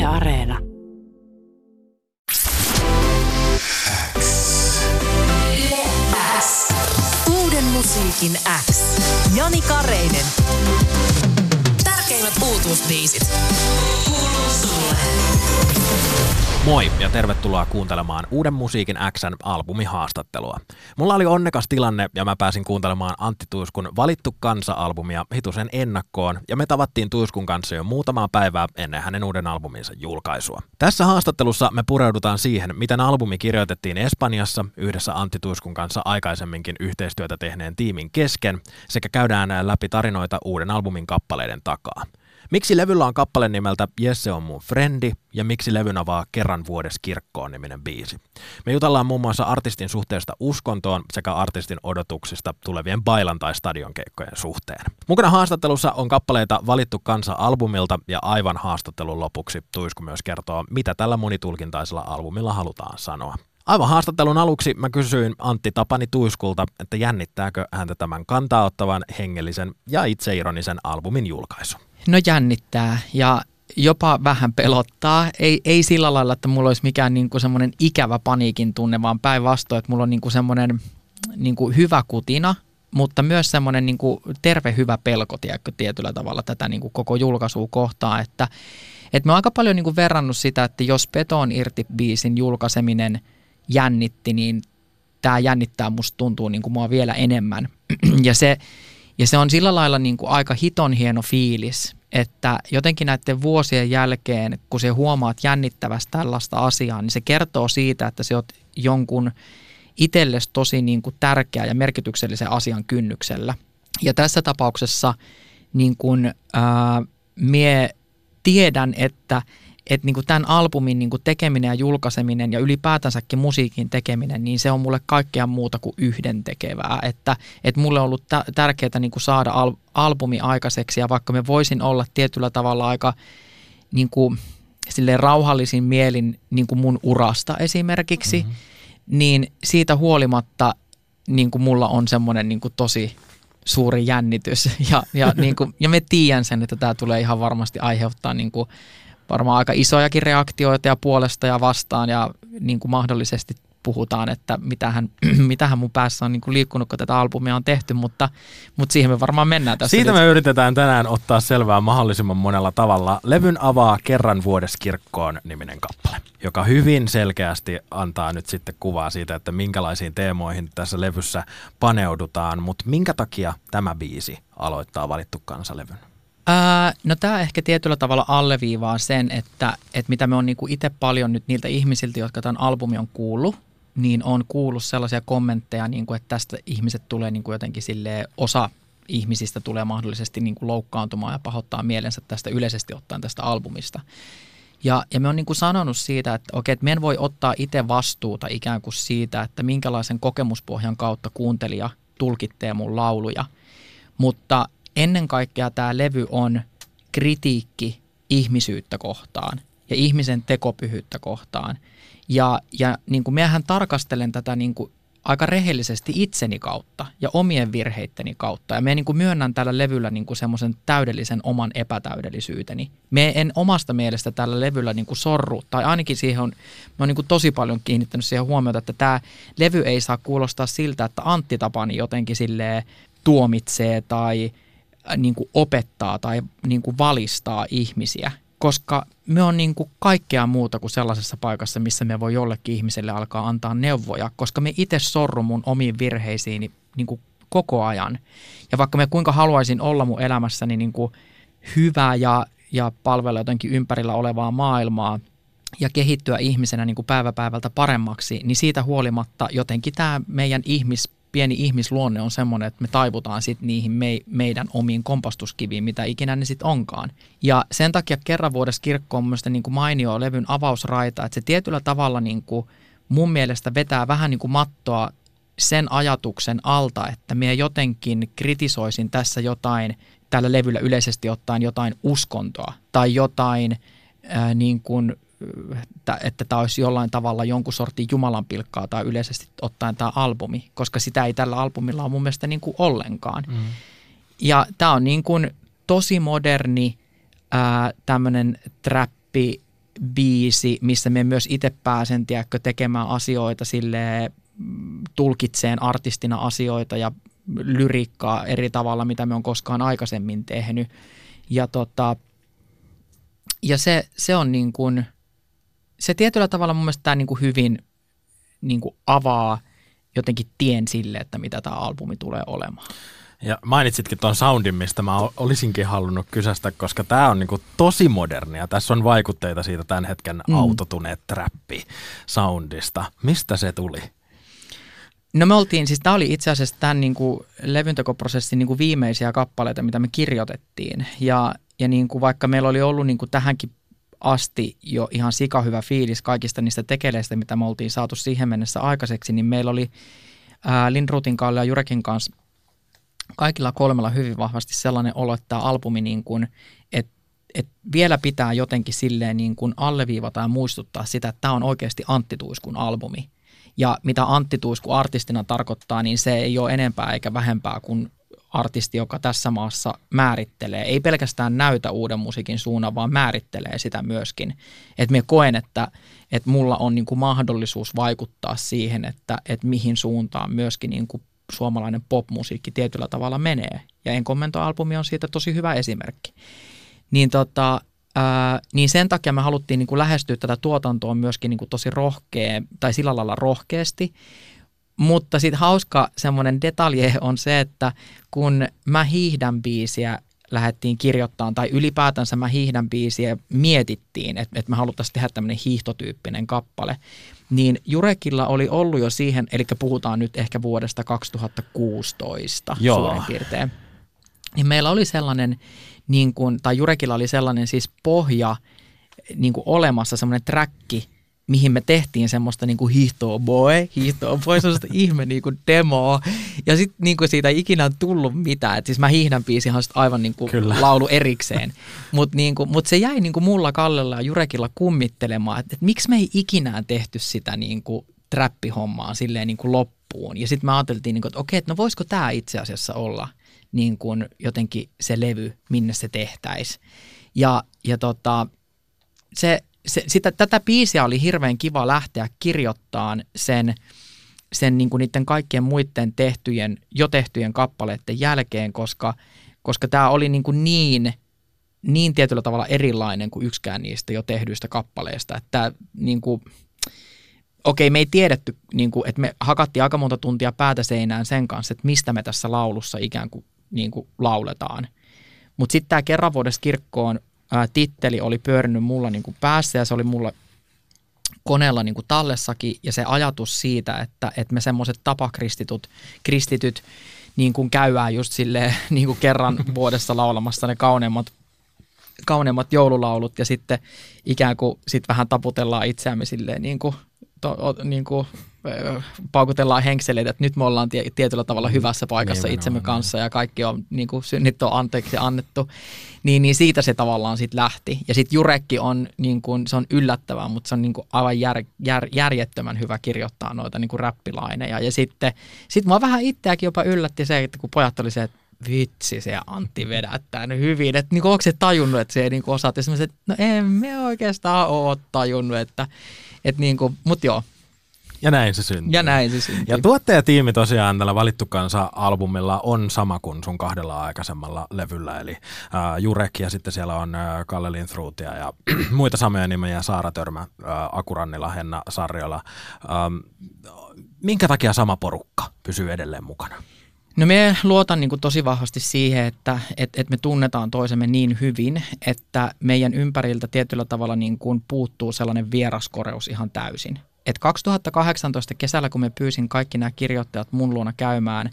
Areena. X. Uuden musiikin X. Jani Kareinen. Tärkeimmät uutuusbiisit. Kuuluu sulle. Moi ja tervetuloa kuuntelemaan Uuden musiikin X:n albumihaastattelua. Mulla oli onnekas tilanne ja mä pääsin kuuntelemaan Antti Tuiskun Valittu kansa-albumia hitusen ennakkoon ja me tavattiin Tuiskun kanssa jo muutamaa päivää ennen hänen uuden albuminsa julkaisua. Tässä haastattelussa me pureudutaan siihen, miten albumi kirjoitettiin Espanjassa yhdessä Antti Tuiskun kanssa aikaisemminkin yhteistyötä tehneen tiimin kesken sekä käydään läpi tarinoita uuden albumin kappaleiden takaa. Miksi levyllä on kappale nimeltä Jesse on mun frendi ja miksi levyn avaa Kerran vuodessa kirkkoon -niminen biisi. Me jutellaan muun muassa artistin suhteesta uskontoon sekä artistin odotuksista tulevien bailan- tai stadionkeikkojen suhteen. Mukana haastattelussa on kappaleita Valittu kansa-albumilta ja aivan haastattelun lopuksi Tuisku myös kertoo, mitä tällä monitulkintaisella albumilla halutaan sanoa. Aivan haastattelun aluksi mä kysyin Antti Tapani Tuiskulta, että jännittääkö häntä tämän kantaa ottavan hengellisen ja itseironisen albumin julkaisu. No jännittää ja jopa vähän pelottaa. Ei sillä lailla, että mulla olisi mikään niinku semmoinen ikävä paniikin tunne, vaan päinvastoin, että mulla on niinku semmoinen niinku hyvä kutina, mutta myös semmoinen niinku terve hyvä pelko tietyllä tavalla tätä niinku koko julkaisua kohtaan. Että mä oon aika paljon niinku verrannut sitä, että jos Peton irti -biisin julkaiseminen jännitti, niin tämä jännittää musta tuntuu niinku mua vielä enemmän. Ja se on sillä lailla niin kuin aika hiton hieno fiilis, että jotenkin näiden vuosien jälkeen, kun se huomaat jännittävästä tällaista asiaa, niin se kertoo siitä, että sä oot jonkun itsellesi tosi niin kuin tärkeä ja merkityksellisen asian kynnyksellä. Ja tässä tapauksessa niin kuin, mie tiedän, että niin kuin tämän albumin niin kuin tekeminen ja julkaiseminen ja ylipäätänsäkin musiikin tekeminen, niin se on mulle kaikkea muuta kuin yhdentekevää. Että mulle on ollut tärkeää niin kuin saada albumi aikaiseksi ja vaikka me voisin olla tietyllä tavalla aika niin kuin, silleen rauhallisin mielin niin kuin mun urasta esimerkiksi, niin siitä huolimatta niin kuin mulla on semmoinen niin kuin tosi suuri jännitys ja me tiedän sen, että tämä tulee ihan varmasti aiheuttaa niin kuin varmaan aika isojakin reaktioita ja puolesta ja vastaan ja niin kuin mahdollisesti puhutaan, että mitähän mun päässä on niin kuin liikkunut, kun tätä albumia on tehty, mutta siihen me varmaan mennään tässä. Siitä me yritetään tänään ottaa selvää mahdollisimman monella tavalla. Levyn avaa Kerran vuodessa kirkkoon -niminen kappale, joka hyvin selkeästi antaa nyt sitten kuvaa siitä, että minkälaisiin teemoihin tässä levyssä paneudutaan, mutta minkä takia tämä biisi aloittaa Valittu kansalevyn? No tämä ehkä tietyllä tavalla alleviivaa sen, että mitä me on niinku itse paljon nyt niiltä ihmisiltä, jotka tämän albumin on kuullut, niin on kuullut sellaisia kommentteja, niinku, että tästä ihmiset tulee niinku jotenkin silleen, osa ihmisistä tulee mahdollisesti niinku loukkaantumaan ja pahoittaa mielensä tästä yleisesti ottaen tästä albumista. Ja me on niinku sanonut siitä, että okei, että me en voi ottaa itse vastuuta ikään kuin siitä, että minkälaisen kokemuspohjan kautta kuuntelija tulkittee mun lauluja, mutta ennen kaikkea tämä levy on kritiikki ihmisyyttä kohtaan ja ihmisen tekopyhyyttä kohtaan. Ja niin kuin minähän tarkastelen tätä niin kuin aika rehellisesti itseni kautta ja omien virheitteni kautta. Ja minä niin kuin myönnän tällä levyllä niin kuin semmoisen täydellisen oman epätäydellisyyteni. Me en omasta mielestä tällä levyllä niin kuin sorru, tai ainakin siihen mä oon niin kuin tosi paljon kiinnittänyt siihen huomiota, että tämä levy ei saa kuulostaa siltä, että Antti Tapani jotenkin silleen tuomitsee tai niin kuin opettaa tai niin kuin valistaa ihmisiä, koska me on niin kuin kaikkea muuta kuin sellaisessa paikassa, missä me voi jollekin ihmiselle alkaa antaa neuvoja, koska me itse sorru mun omiin virheisiini niin kuin koko ajan. Ja vaikka me kuinka haluaisin olla mun elämässäni niin kuin hyvä ja palvella jotenkin ympärillä olevaa maailmaa ja kehittyä ihmisenä niin kuin päivä päivältä paremmaksi, niin siitä huolimatta jotenkin tämä meidän pieni ihmisluonne on semmoinen, että me taivutaan sitten niihin meidän omiin kompastuskiviin, mitä ikinä ne sitten onkaan. Ja sen takia Kerran vuodessa kirkko on mielestäni niin kuin mainio levyn avausraita, että se tietyllä tavalla niin kuin mun mielestä vetää vähän niin kuin mattoa sen ajatuksen alta, että minä jotenkin kritisoisin tässä jotain, tällä levyllä yleisesti ottaen jotain uskontoa tai jotain niin kuin että tämä olisi jollain tavalla jonkun sortin jumalanpilkkaa tai yleisesti ottaen tämä albumi, koska sitä ei tällä albumilla ole mun mielestä niin kuin ollenkaan. Ja tämä on niin kuin tosi moderni tämmöinen trappi biisi, missä me myös itse pääsen, tiedätkö, tekemään asioita silleen, tulkitseen artistina asioita ja lyriikkaa eri tavalla, mitä me on koskaan aikaisemmin tehnyt. Ja se on niin kuin, se tietyllä tavalla mun mielestä tämä niin kuin hyvin niin kuin avaa jotenkin tien sille, että mitä tämä albumi tulee olemaan. Ja mainitsitkin tuon soundin, mistä mä olisinkin halunnut kysästä, koska tämä on niinku tosi modernia. Tässä on vaikutteita siitä tämän hetken autotune-trappi-soundista. Mistä se tuli? No me oltiin, siis tämä oli itse asiassa tämän niinku levyntekoprosessin niinku viimeisiä kappaleita, mitä me kirjoitettiin. Ja niinku vaikka meillä oli ollut niinku tähänkin asti jo ihan sikahyvä fiilis kaikista niistä tekeleistä, mitä me oltiin saatu siihen mennessä aikaiseksi, niin meillä oli Lindrutin, Kalle ja Jurekin kanssa kaikilla kolmella hyvin vahvasti sellainen olo, että tämä albumi, niin kuin, että vielä pitää jotenkin silleen niin kuin alleviivata ja muistuttaa sitä, että tämä on oikeasti Antti Tuiskun albumi. Ja mitä Antti Tuisku artistina tarkoittaa, niin se ei ole enempää eikä vähempää kuin artisti, joka tässä maassa määrittelee. Ei pelkästään näytä uuden musiikin suunnan, vaan määrittelee sitä myöskin. Että minä koen, että mulla on niin kuin mahdollisuus vaikuttaa siihen, että mihin suuntaan myöskin niin kuin suomalainen popmusiikki tietyllä tavalla menee. Ja Enkomento-albumi on siitä tosi hyvä esimerkki. Niin sen takia me haluttiin niin kuin lähestyä tätä tuotantoa myöskin niin kuin tosi rohkea, tai sillä lailla rohkeasti. Mutta sitten hauska semmoinen detalje on se, että kun Mä hiihdän biisiä lähdettiin kirjoittamaan, tai ylipäätänsä Mä hiihdän biisiä mietittiin, että me haluttaisiin tehdä tämmöinen hiihtotyyppinen kappale, niin Jurekilla oli ollut jo siihen, eli puhutaan nyt ehkä vuodesta 2016 suurin piirtein. Niin meillä oli sellainen, niin kuin, tai Jurekilla oli sellainen siis pohja niin kuin olemassa, semmoinen träkki, mihin me tehtiin semmoista niinku hiihtoa boy, semmoista ihme niinku demoa. Ja sitten niinku siitä ei ikinä tullut mitään. Et siis Mä hiihdän biisihan on aivan niinku laulu erikseen. Mut se jäi niinku mulla, Kallella ja Jurekilla kummittelemaan, että miksi me ei ikinä tehty sitä niinku trappihommaa silleen niinku loppuun. Ja sitten me ajateltiin, niinku, että okei, että no voisiko tämä itse asiassa olla niinku jotenkin se levy, minne se tehtäisiin. Tätä biisiä oli hirveän kiva lähteä kirjoittamaan sen niin kuin niiden kaikkien muiden jo tehtyjen kappaleiden jälkeen, koska tämä oli niin tietyllä tavalla erilainen kuin yksikään niistä jo tehdyistä kappaleista. Että niin kuin, okei, me ei tiedetty, niin kuin, että me hakattiin aika monta tuntia päätä seinään sen kanssa, että mistä me tässä laulussa ikään kuin, niin kuin lauletaan. Mutta sitten tämä Kerran vuodessa kirkkoon titteli oli pyörinyt mulla niin kuin päässä ja se oli mulla koneella niin kuin tallessakin ja se ajatus siitä, että me semmoiset tapakristityt niin kuin käydään just silleen niin kuin kerran vuodessa laulamassa ne kauneimmat joululaulut ja sitten ikään kuin sit vähän taputellaan itseämme silleen niin kuin paukutellaan henkseleitä, että nyt me ollaan tietyllä tavalla hyvässä paikassa itsemme kanssa ja kaikki on niin kuin synnit on anteeksi annettu, niin siitä se tavallaan sitten lähti. Ja sitten Jurekki on, niin kuin, se on yllättävää, mutta se on niin kuin aivan järjettömän hyvä kirjoittaa noita niin kuin räppilaineja. Ja sitten mua vähän itseäkin jopa yllätti se, että kun pojat oli se, että vitsi se Antti vedättää nyt hyvin, että niin onko se tajunnut, että se ei niin kuin osaa, että no emme oikeastaan ole tajunnut, että niin kuin, mutta joo. Ja näin se syntyi. Ja tuottajatiimi tosiaan tällä Valittu Kansa-albumilla on sama kuin sun kahdella aikaisemmalla levyllä, eli Jurek ja sitten siellä on Kalle Lindruutia ja muita samoja nimiä, Saara Törmä, Aku Rannila, Henna Sarjola. Minkä takia sama porukka pysyy edelleen mukana? No me luotan niin kuin tosi vahvasti siihen, että me tunnetaan toisemme niin hyvin, että meidän ympäriltä tietyllä tavalla niin kuin puuttuu sellainen vieraskoreus ihan täysin. Et 2018 kesällä, kun me pyysin kaikki nämä kirjoittajat mun luona käymään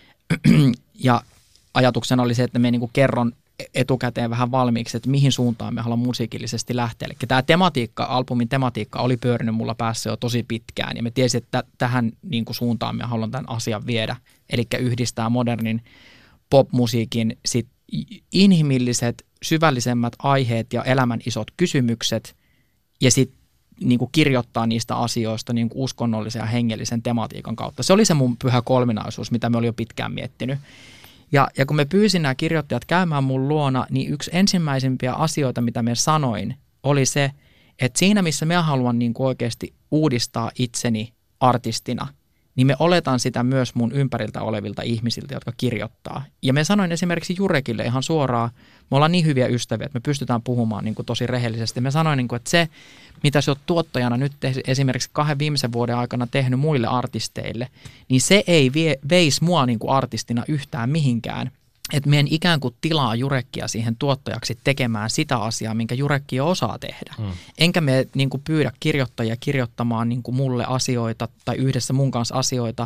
ja ajatuksena oli se, että me niin kuin kerron etukäteen vähän valmiiksi, että mihin suuntaan me haluamme musiikillisesti lähteä. Eli tämä albumin tematiikka oli pyörinyt mulla päässä jo tosi pitkään ja me tiesin, että tähän niin kuin suuntaan me haluan tämän asian viedä. Eli yhdistää modernin popmusiikin sit inhimilliset, syvällisemmät aiheet ja elämän isot kysymykset ja sitten niin kuin kirjoittaa niistä asioista niin kuin uskonnollisen ja hengellisen tematiikan kautta. Se oli se mun pyhä kolminaisuus, mitä me olin jo pitkään miettinyt. Ja kun me pyysin nämä kirjoittajat käymään mun luona, niin yksi ensimmäisimpiä asioita, mitä me sanoin, oli se, että siinä missä mä haluan niin kuin oikeasti uudistaa itseni artistina, niin me oletan sitä myös mun ympäriltä olevilta ihmisiltä, jotka kirjoittaa. Ja me sanoin esimerkiksi Jurekille ihan suoraan, me ollaan niin hyviä ystäviä, että me pystytään puhumaan niin kuin tosi rehellisesti. Me sanoin, niin kuin, että se, mitä sä oot tuottajana nyt esimerkiksi 2 viimeisen vuoden aikana tehnyt muille artisteille, niin se ei veisi mua niin kuin artistina yhtään mihinkään. Että me en ikään kuin tilaa Jurekkia siihen tuottajaksi tekemään sitä asiaa, minkä Jurekki jo osaa tehdä. Enkä me niin kuin pyydä kirjoittajia kirjoittamaan niin kuin mulle asioita tai yhdessä mun kanssa asioita,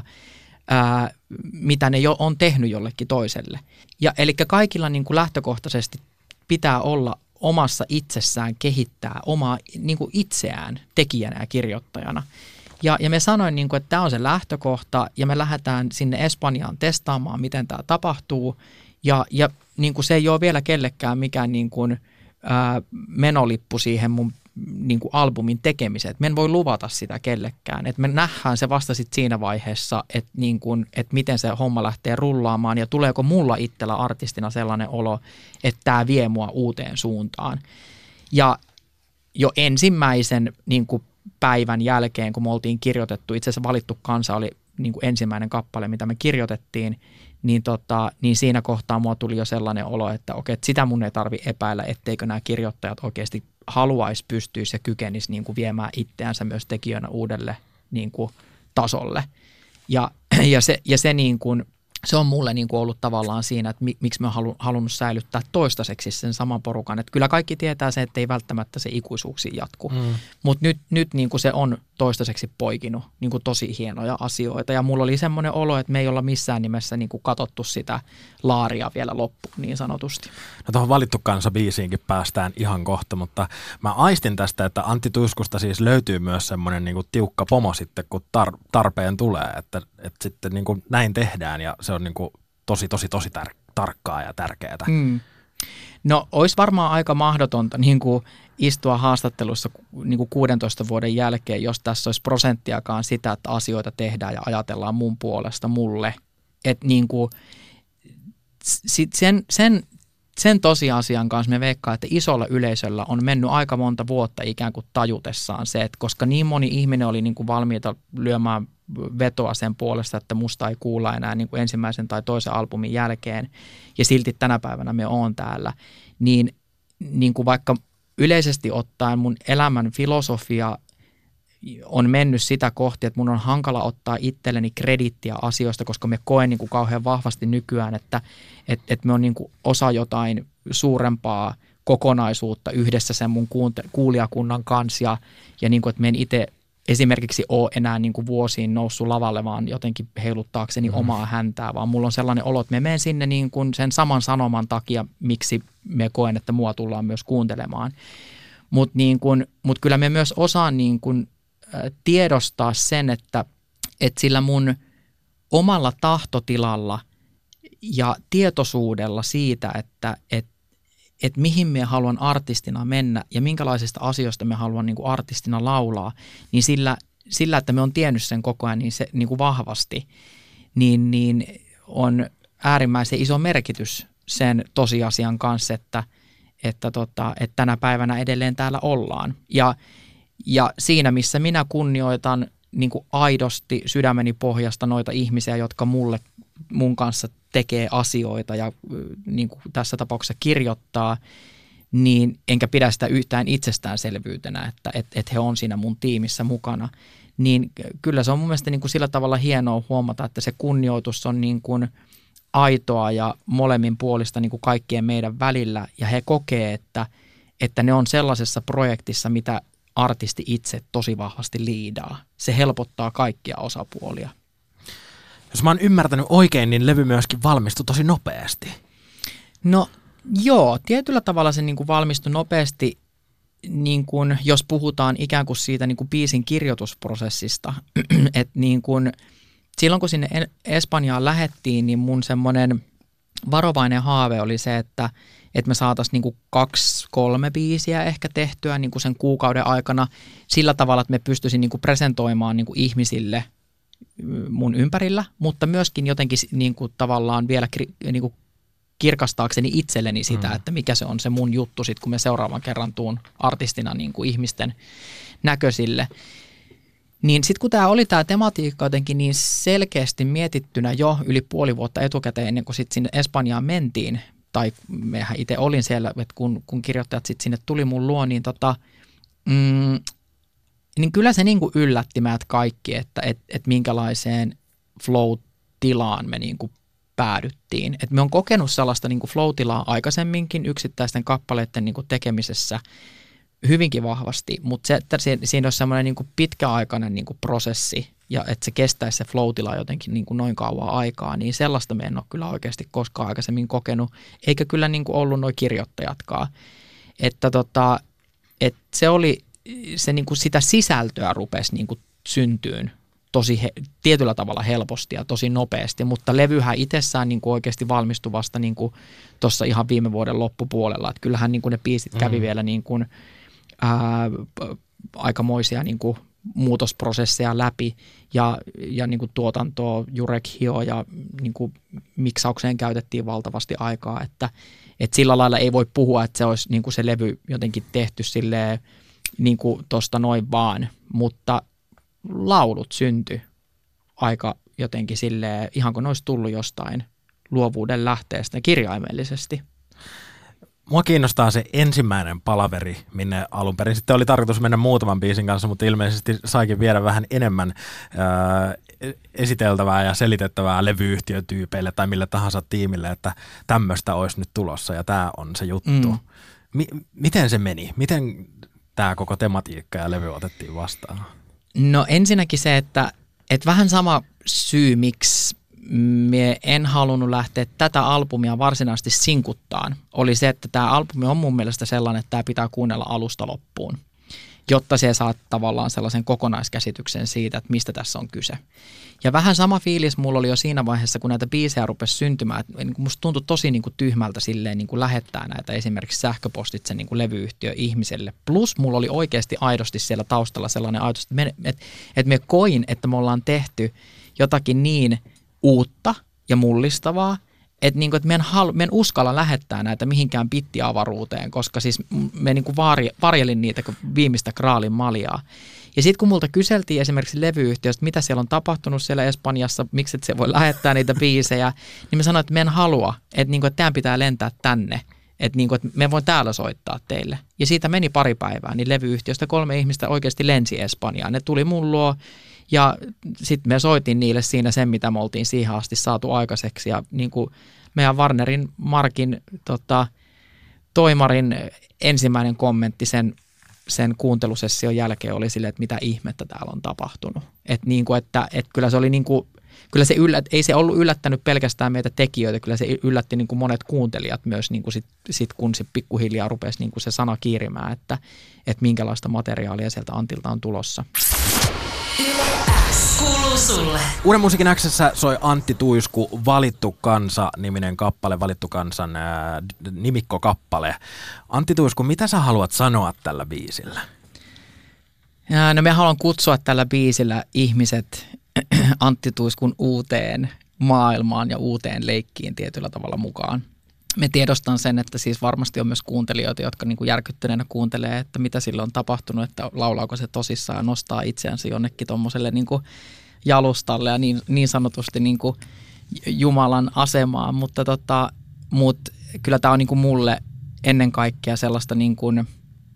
mitä ne jo on tehnyt jollekin toiselle. Ja eli kaikilla niin kuin lähtökohtaisesti pitää olla omassa itsessään kehittää omaa niin kuin itseään tekijänä ja kirjoittajana. Ja me sanoin, niin kuin, että tämä on se lähtökohta ja me lähdetään sinne Espanjaan testaamaan, miten tämä tapahtuu. Ja niin kuin se ei ole vielä kellekään mikään niin kuin, menolippu siihen mun niin kuin albumin tekemiseen. Me en voi luvata sitä kellekään. Et me nähdään se vasta sit siinä vaiheessa, että niin kuin, et miten se homma lähtee rullaamaan ja tuleeko mulla itsellä artistina sellainen olo, että tämä vie mua uuteen suuntaan. Ja jo ensimmäisen niin kuin päivän jälkeen, kun me oltiin kirjoitettu, itse asiassa Valittu kansa oli niin kuin ensimmäinen kappale, mitä me kirjoitettiin, niin siinä kohtaa mua tuli jo sellainen olo, että okei, että sitä mun ei tarvitse epäillä, etteikö nämä kirjoittajat oikeasti haluaisi, pystyisi ja kykenisi niin kuin viemään itseänsä myös tekijöinä uudelle niin kuin tasolle. Ja se, niin kuin, se on mulle niin kuin ollut tavallaan siinä, että miksi mä oon halunnut säilyttää toistaiseksi sen saman porukan. Että kyllä kaikki tietää se, että ei välttämättä se ikuisuuksiin jatku. Mutta nyt niin kuin se on toistaiseksi poikinut niin kuin tosi hienoja asioita. Ja mulla oli semmoinen olo, että me ei olla missään nimessä niin kuin katsottu sitä laaria vielä loppuun niin sanotusti. No tuohon Valittu kansa -biisiinkin päästään ihan kohta, mutta mä aistin tästä, että Antti Tuiskusta siis löytyy myös semmoinen niin kuin tiukka pomo sitten, kun tarpeen tulee, että sitten niin kuin näin tehdään ja se on niin kuin tosi tarkkaa ja tärkeää. No olisi varmaan aika mahdotonta niin kuin istua haastattelussa niin kuin 16 vuoden jälkeen, jos tässä olisi prosenttiakaan sitä, että asioita tehdään ja ajatellaan mun puolesta mulle. Että niin kuin sen tosiasian kanssa me veikkaan, että isolla yleisöllä on mennyt aika monta vuotta ikään kuin tajutessaan se, että koska niin moni ihminen oli niin kuin valmiita lyömään vetoa sen puolesta, että musta ei kuulla enää niin kuin ensimmäisen tai toisen albumin jälkeen ja silti tänä päivänä me oon täällä, niin kuin vaikka yleisesti ottaen mun elämän filosofia on mennyt sitä kohti, että mun on hankala ottaa itselleni krediittiä asioista, koska me koen niin kuin kauhean vahvasti nykyään, että me on niin kuin osa jotain suurempaa kokonaisuutta yhdessä sen mun kuulijakunnan kanssa ja niin kuin, että me en itse esimerkiksi ole enää niin kuin vuosiin noussut lavalle vaan jotenkin heiluttaakseni omaa häntää, vaan mulla on sellainen olo, että me menen sinne niin kuin sen saman sanoman takia, miksi me koen, että mua tullaan myös kuuntelemaan. Mutta kyllä me myös osaan niin kuin tiedostaa sen, että sillä mun omalla tahtotilalla ja tietoisuudella siitä, että mihin me haluan artistina mennä ja minkälaisista asioista me haluan niin kuin artistina laulaa, niin sillä, että me on tiennyt sen koko ajan niin se, niin kuin vahvasti, niin on äärimmäisen iso merkitys sen tosiasian kanssa, että tänä päivänä edelleen täällä ollaan. Ja siinä, missä minä kunnioitan niin kuin aidosti sydämeni pohjasta noita ihmisiä, jotka mun kanssa tekee asioita ja niin kuin tässä tapauksessa kirjoittaa, niin enkä pidä sitä yhtään itsestäänselvyytenä, että he on siinä mun tiimissä mukana. Niin kyllä se on mun mielestä niin kuin sillä tavalla hienoa huomata, että se kunnioitus on niin kuin aitoa ja molemmin puolista niin kuin kaikkien meidän välillä. Ja he kokee, että ne on sellaisessa projektissa, mitä artisti itse tosi vahvasti liidaa. Se helpottaa kaikkia osapuolia. Jos mä oon ymmärtänyt oikein, niin levy myöskin valmistui tosi nopeasti. No joo, tietyllä tavalla se niin kuin valmistui nopeasti, niin kuin, jos puhutaan ikään kuin siitä niin kuin biisin kirjoitusprosessista. että niin kuin, silloin kun sinne Espanjaan lähdettiin, niin mun semmoinen varovainen haave oli se, että me saataisiin niin 2-3 biisiä ehkä tehtyä niin kuin sen kuukauden aikana sillä tavalla, että me pystyisin niin kuin presentoimaan niin kuin ihmisille mun ympärillä, mutta myöskin jotenkin niin kuin tavallaan vielä niin kuin kirkastaakseni itselleni sitä, että mikä se on se mun juttu sit, kun me seuraavan kerran tuun artistina niin kuin ihmisten näköisille. Niin sitten kun tämä tematiikka jotenkin niin selkeästi mietittynä jo yli puoli vuotta etukäteen ennen kuin sitten sinne Espanjaan mentiin, tai mehän itse olin siellä, että kun kirjoittajat sitten sinne tuli mun luo, niin, niin kyllä se niin kuin yllätti meidät kaikki, että minkälaiseen flow-tilaan me niin kuin päädyttiin. Et me on kokenut sellaista niin kuin flow-tilaa aikaisemminkin yksittäisten kappaleiden niin kuin tekemisessä hyvinkin vahvasti, mutta se, että siinä olisi semmoinen niin kuin pitkäaikainen niin kuin prosessi ja että se kestäisi se flow-tila jotenkin niin kuin noin kauan aikaa, niin sellaista me en ole kyllä oikeasti koskaan aikaisemmin kokenut, eikä kyllä niin kuin ollut nuo kirjoittajatkaan. Että se oli, se niin kuin sitä sisältöä rupesi niin kuin syntyyn tosi tietyllä tavalla helposti ja tosi nopeasti, mutta levyhän itsessään niin kuin oikeasti valmistui vasta niin kuin tuossa ihan viime vuoden loppupuolella, että kyllähän niin kuin ne biisit kävi vielä niin kuin aikamoisia niin kuin muutosprosesseja läpi ja niin kuin tuotantoa Jurek hio ja niin kuin miksaukseen käytettiin valtavasti aikaa, että sillä lailla ei voi puhua, että se olisi niin kuin se levy jotenkin tehty silleen niin kuin tosta noin vaan, mutta laulut syntyi aika jotenkin silleen, ihan kun ne olisi tullut jostain luovuuden lähteestä kirjaimellisesti. Mua kiinnostaa se ensimmäinen palaveri, minne alun perin sitten oli tarkoitus mennä muutaman biisin kanssa, mutta ilmeisesti saikin viedä vähän enemmän esiteltävää ja selitettävää levyyhtiötyypeille tai mille tahansa tiimille, että tämmöistä olisi nyt tulossa ja tämä on se juttu. Miten se meni? Miten tämä koko tematiikka ja levy otettiin vastaan? No ensinnäkin se, että vähän sama syy, miksi minä en halunnut lähteä tätä albumia varsinaisesti sinkuttaan, oli se, että tämä albumi on mun mielestä sellainen, että tämä pitää kuunnella alusta loppuun, jotta se saa tavallaan sellaisen kokonaiskäsityksen siitä, että mistä tässä on kyse. Ja vähän sama fiilis mulla oli jo siinä vaiheessa, kun näitä biisejä rupesi syntymään, että musta tuntui tosi niin kuin tyhmältä silleen niin kuin lähettää näitä esimerkiksi sähköpostitse niin kuin levyyhtiö ihmiselle. Plus mulla oli oikeasti aidosti siellä taustalla sellainen ajatus, että me koin, että me ollaan tehty jotakin niin uutta ja mullistavaa, että me en uskalla lähettää näitä mihinkään pittiavaruuteen, koska siis me niin kuin varjelin niitä kuin viimeistä graalin maljaa. Ja sitten kun multa kyseltiin esimerkiksi levyyhtiöstä, mitä siellä on tapahtunut siellä Espanjassa, miksi et se voi lähettää niitä biisejä, niin mä sanoin, että me en halua, että tämän pitää lentää tänne, että me voin täällä soittaa teille. Ja siitä meni pari päivää, niin levyyhtiöstä 3 ihmistä oikeasti lensi Espanjaan. Ne tuli mun luo ja sitten me soitin niille siinä sen, mitä me oltiin siihen asti saatu aikaiseksi. Ja niin kuin meidän Warnerin Markin toimarin ensimmäinen kommentti sen kuuntelusession jälkeen oli sille, että mitä ihmettä täällä on tapahtunut. Että kyllä se oli niin kuin, kyllä se ei se ollut yllättänyt pelkästään meitä tekijöitä, kyllä se yllätti niin kuin monet kuuntelijat myös niin kuin sit kun se pikkuhiljaa rupesi niin kuin se sana kiirimään, että minkälaista materiaalia sieltä Antilta on tulossa. Kuuluu sulle. Uuden musiikin X:ssä soi Antti Tuisku Valittu kansa-niminen kappale, Valittu kansan nimikkokappale. Antti Tuisku, mitä sä haluat sanoa tällä biisillä? No me haluan kutsua tällä biisillä ihmiset Antti Tuiskun uuteen maailmaan ja uuteen leikkiin tietyllä tavalla mukaan. Me tiedostan sen, että siis varmasti on myös kuuntelijoita, jotka niin kuin järkyttyneenä kuuntelee, että mitä sille on tapahtunut, että laulaako se tosissaan ja nostaa itseänsä jonnekin tuommoiselle niin kuin jalustalle ja niin sanotusti niin kuin Jumalan asemaan, mutta kyllä tämä on niin kuin mulle ennen kaikkea sellaista niin kuin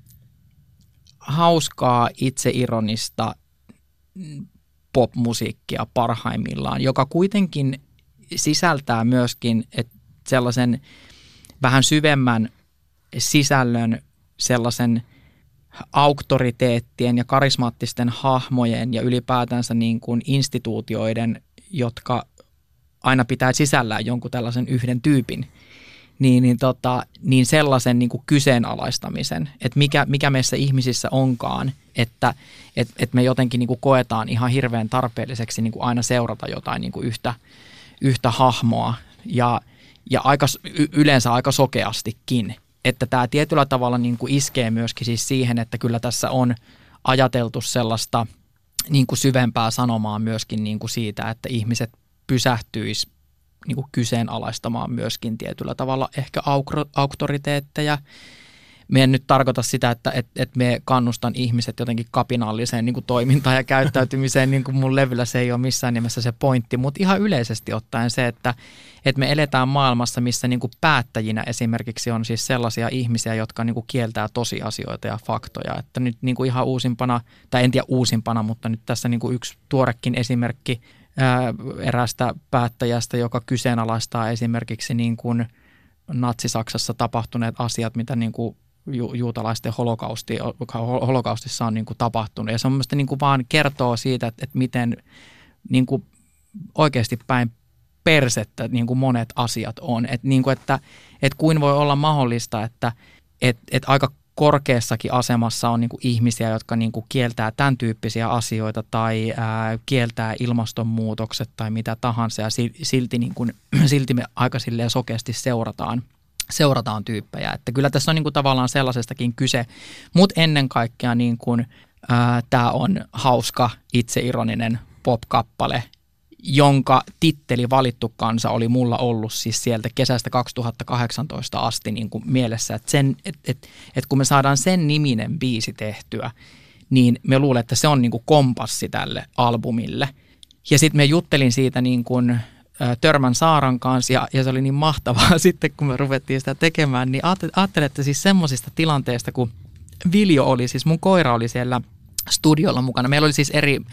hauskaa, itseironista popmusiikkia parhaimmillaan, joka kuitenkin sisältää myöskin sellaisen vähän syvemmän sisällön, sellaisen auktoriteettien ja karismaattisten hahmojen ja ylipäätänsä niin kuin instituutioiden, aina pitää sisällään jonkun tällaisen yhden tyypin, niin sellaisen niin kuin kyseenalaistamisen, että mikä meissä ihmisissä onkaan, että me jotenkin niin kuin koetaan ihan hirveän tarpeelliseksi niin kuin aina seurata jotain niin kuin yhtä hahmoa ja yleensä aika sokeastikin, että tämä tietyllä tavalla niin kuin iskee myöskin siis siihen, että kyllä tässä on ajateltu sellaista niin kuin syvempää sanomaa myöskin niin kuin siitä, että ihmiset pysähtyisi niin kuin kyseenalaistamaan myöskin tietyllä tavalla ehkä auktoriteetteja. Me en nyt tarkoita sitä, että me kannustan ihmiset jotenkin kapinalliseen niin kuin toimintaan ja käyttäytymiseen, niin kuin mun levyllä se ei ole missään nimessä se pointti, mutta ihan yleisesti ottaen se, että me eletään maailmassa, missä niin kuin päättäjinä esimerkiksi on siis sellaisia ihmisiä, jotka niin kuin kieltää tosiasioita ja faktoja, että nyt niin kuin ihan uusimpana, tai en tiedä uusimpana, mutta nyt tässä niin kuin yksi tuorekin esimerkki eräästä päättäjästä, joka kyseenalaistaa esimerkiksi niin kuin Natsi-Saksassa tapahtuneet asiat, mitä niin kuin juutalaisten holokaustissa on niin kuin tapahtunut. Ja se on mielestäni niin kuin vaan kertoo siitä, että miten niin kuin oikeasti päin persettä niin kuin monet asiat on. Että niin kuin, että kuin voi olla mahdollista, että aika korkeassakin asemassa on niin kuin ihmisiä, jotka niin kuin kieltää tämän tyyppisiä asioita tai kieltää ilmastonmuutokset tai mitä tahansa. Ja silti me aika silleen sokeasti seurataan tyyppejä. Että kyllä tässä on niin kuin tavallaan sellaisestakin kyse, mutta ennen kaikkea niin kuin, tämä on hauska, itseironinen pop-kappale, jonka titteli Valittu kansa oli mulla ollut siis sieltä kesästä 2018 asti niin kuin mielessä, että kun me saadaan sen niminen biisi tehtyä, niin me luulen, että se on niin kuin kompassi tälle albumille. Ja sitten me juttelin siitä niin kuin Törmän Saaran kanssa ja se oli niin mahtavaa sitten, kun me ruvettiin sitä tekemään, niin ajattelette siis semmoisista tilanteista, kun Viljo oli, siis mun koira oli siellä studiolla mukana. Meillä oli siis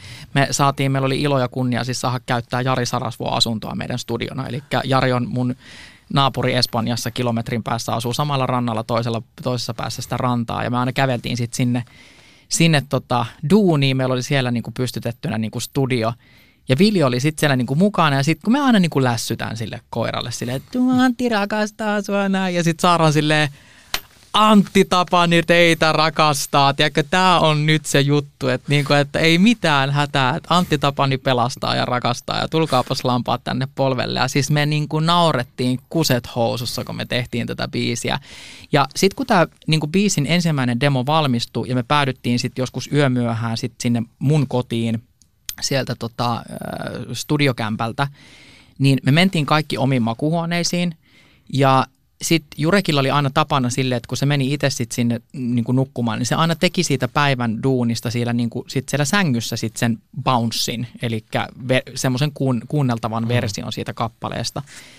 meillä oli ilo ja kunnia siis saada käyttää Jari Sarasvuon asuntoa meidän studiona, eli Jari on mun naapuri Espanjassa kilometrin päässä, asuu samalla rannalla toisessa päässä sitä rantaa ja me aina käveltiin sitten sinne duuniin, meillä oli siellä niinku pystytettynä niinku studio. Ja Viljo oli sitten siellä niinku mukana ja sitten kun me aina niinku lässytään sille koiralle silleen, että Antti rakastaa sua näin. Ja sitten Saara on silleen, Antti Tapani teitä rakastaa. Tiedätkö, tämä on nyt se juttu, että, niinku, että ei mitään hätää, että Antti Tapani pelastaa ja rakastaa ja tulkaapas lampaat tänne polvelle. Ja siis me niinku naurettiin kuset housussa, kun me tehtiin tätä biisiä. Ja sitten kun tämä niinku biisin ensimmäinen demo valmistui ja me päädyttiin sitten joskus yömyöhään sitten sinne mun kotiin, sieltä studiokämpältä, niin me mentiin kaikki omiin makuuhuoneisiin ja sitten Jurekilla oli aina tapana silleen, että kun se meni itse sitten sinne niin kuin nukkumaan, niin se aina teki siitä päivän duunista siellä, niin kuin, sit siellä sängyssä sit sen bouncein, eli semmoisen kuunneltavan version siitä kappaleesta.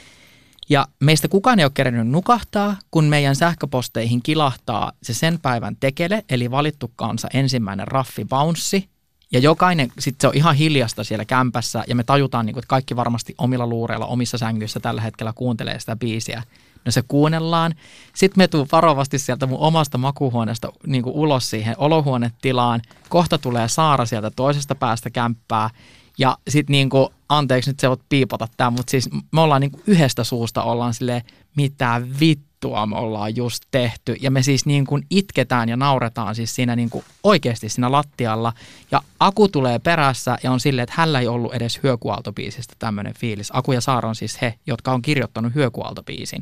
Ja meistä kukaan ei ole kerennyt nukahtaa, kun meidän sähköposteihin kilahtaa se sen päivän tekele, eli Valittu kansa ensimmäinen raffi bounce. Ja jokainen, sitten se on ihan hiljasta siellä kämpässä ja me tajutaan, että kaikki varmasti omilla luureilla, omissa sängyissä tällä hetkellä kuuntelee sitä biisiä. No se kuunnellaan. Sitten me tuun varovasti sieltä mun omasta makuuhuoneesta niin kuin ulos siihen olohuonetilaan. Kohta tulee Saara sieltä toisesta päästä kämppää. Ja sitten niin kuin, anteeksi nyt se voit piipata tämä, mutta siis me ollaan niin kuin yhdestä suusta ollaan silleen, mitä vittua me ollaan just tehty. Ja me siis niin kuin itketään ja nauretaan siis siinä niin kuin oikeasti siinä lattialla. Ja Aku tulee perässä ja on silleen, että hänellä ei ollut edes Hyökuaalto-biisistä tämmöinen fiilis. Aku ja Saara on siis he, jotka on kirjoittanut Hyökuaalto-biisin.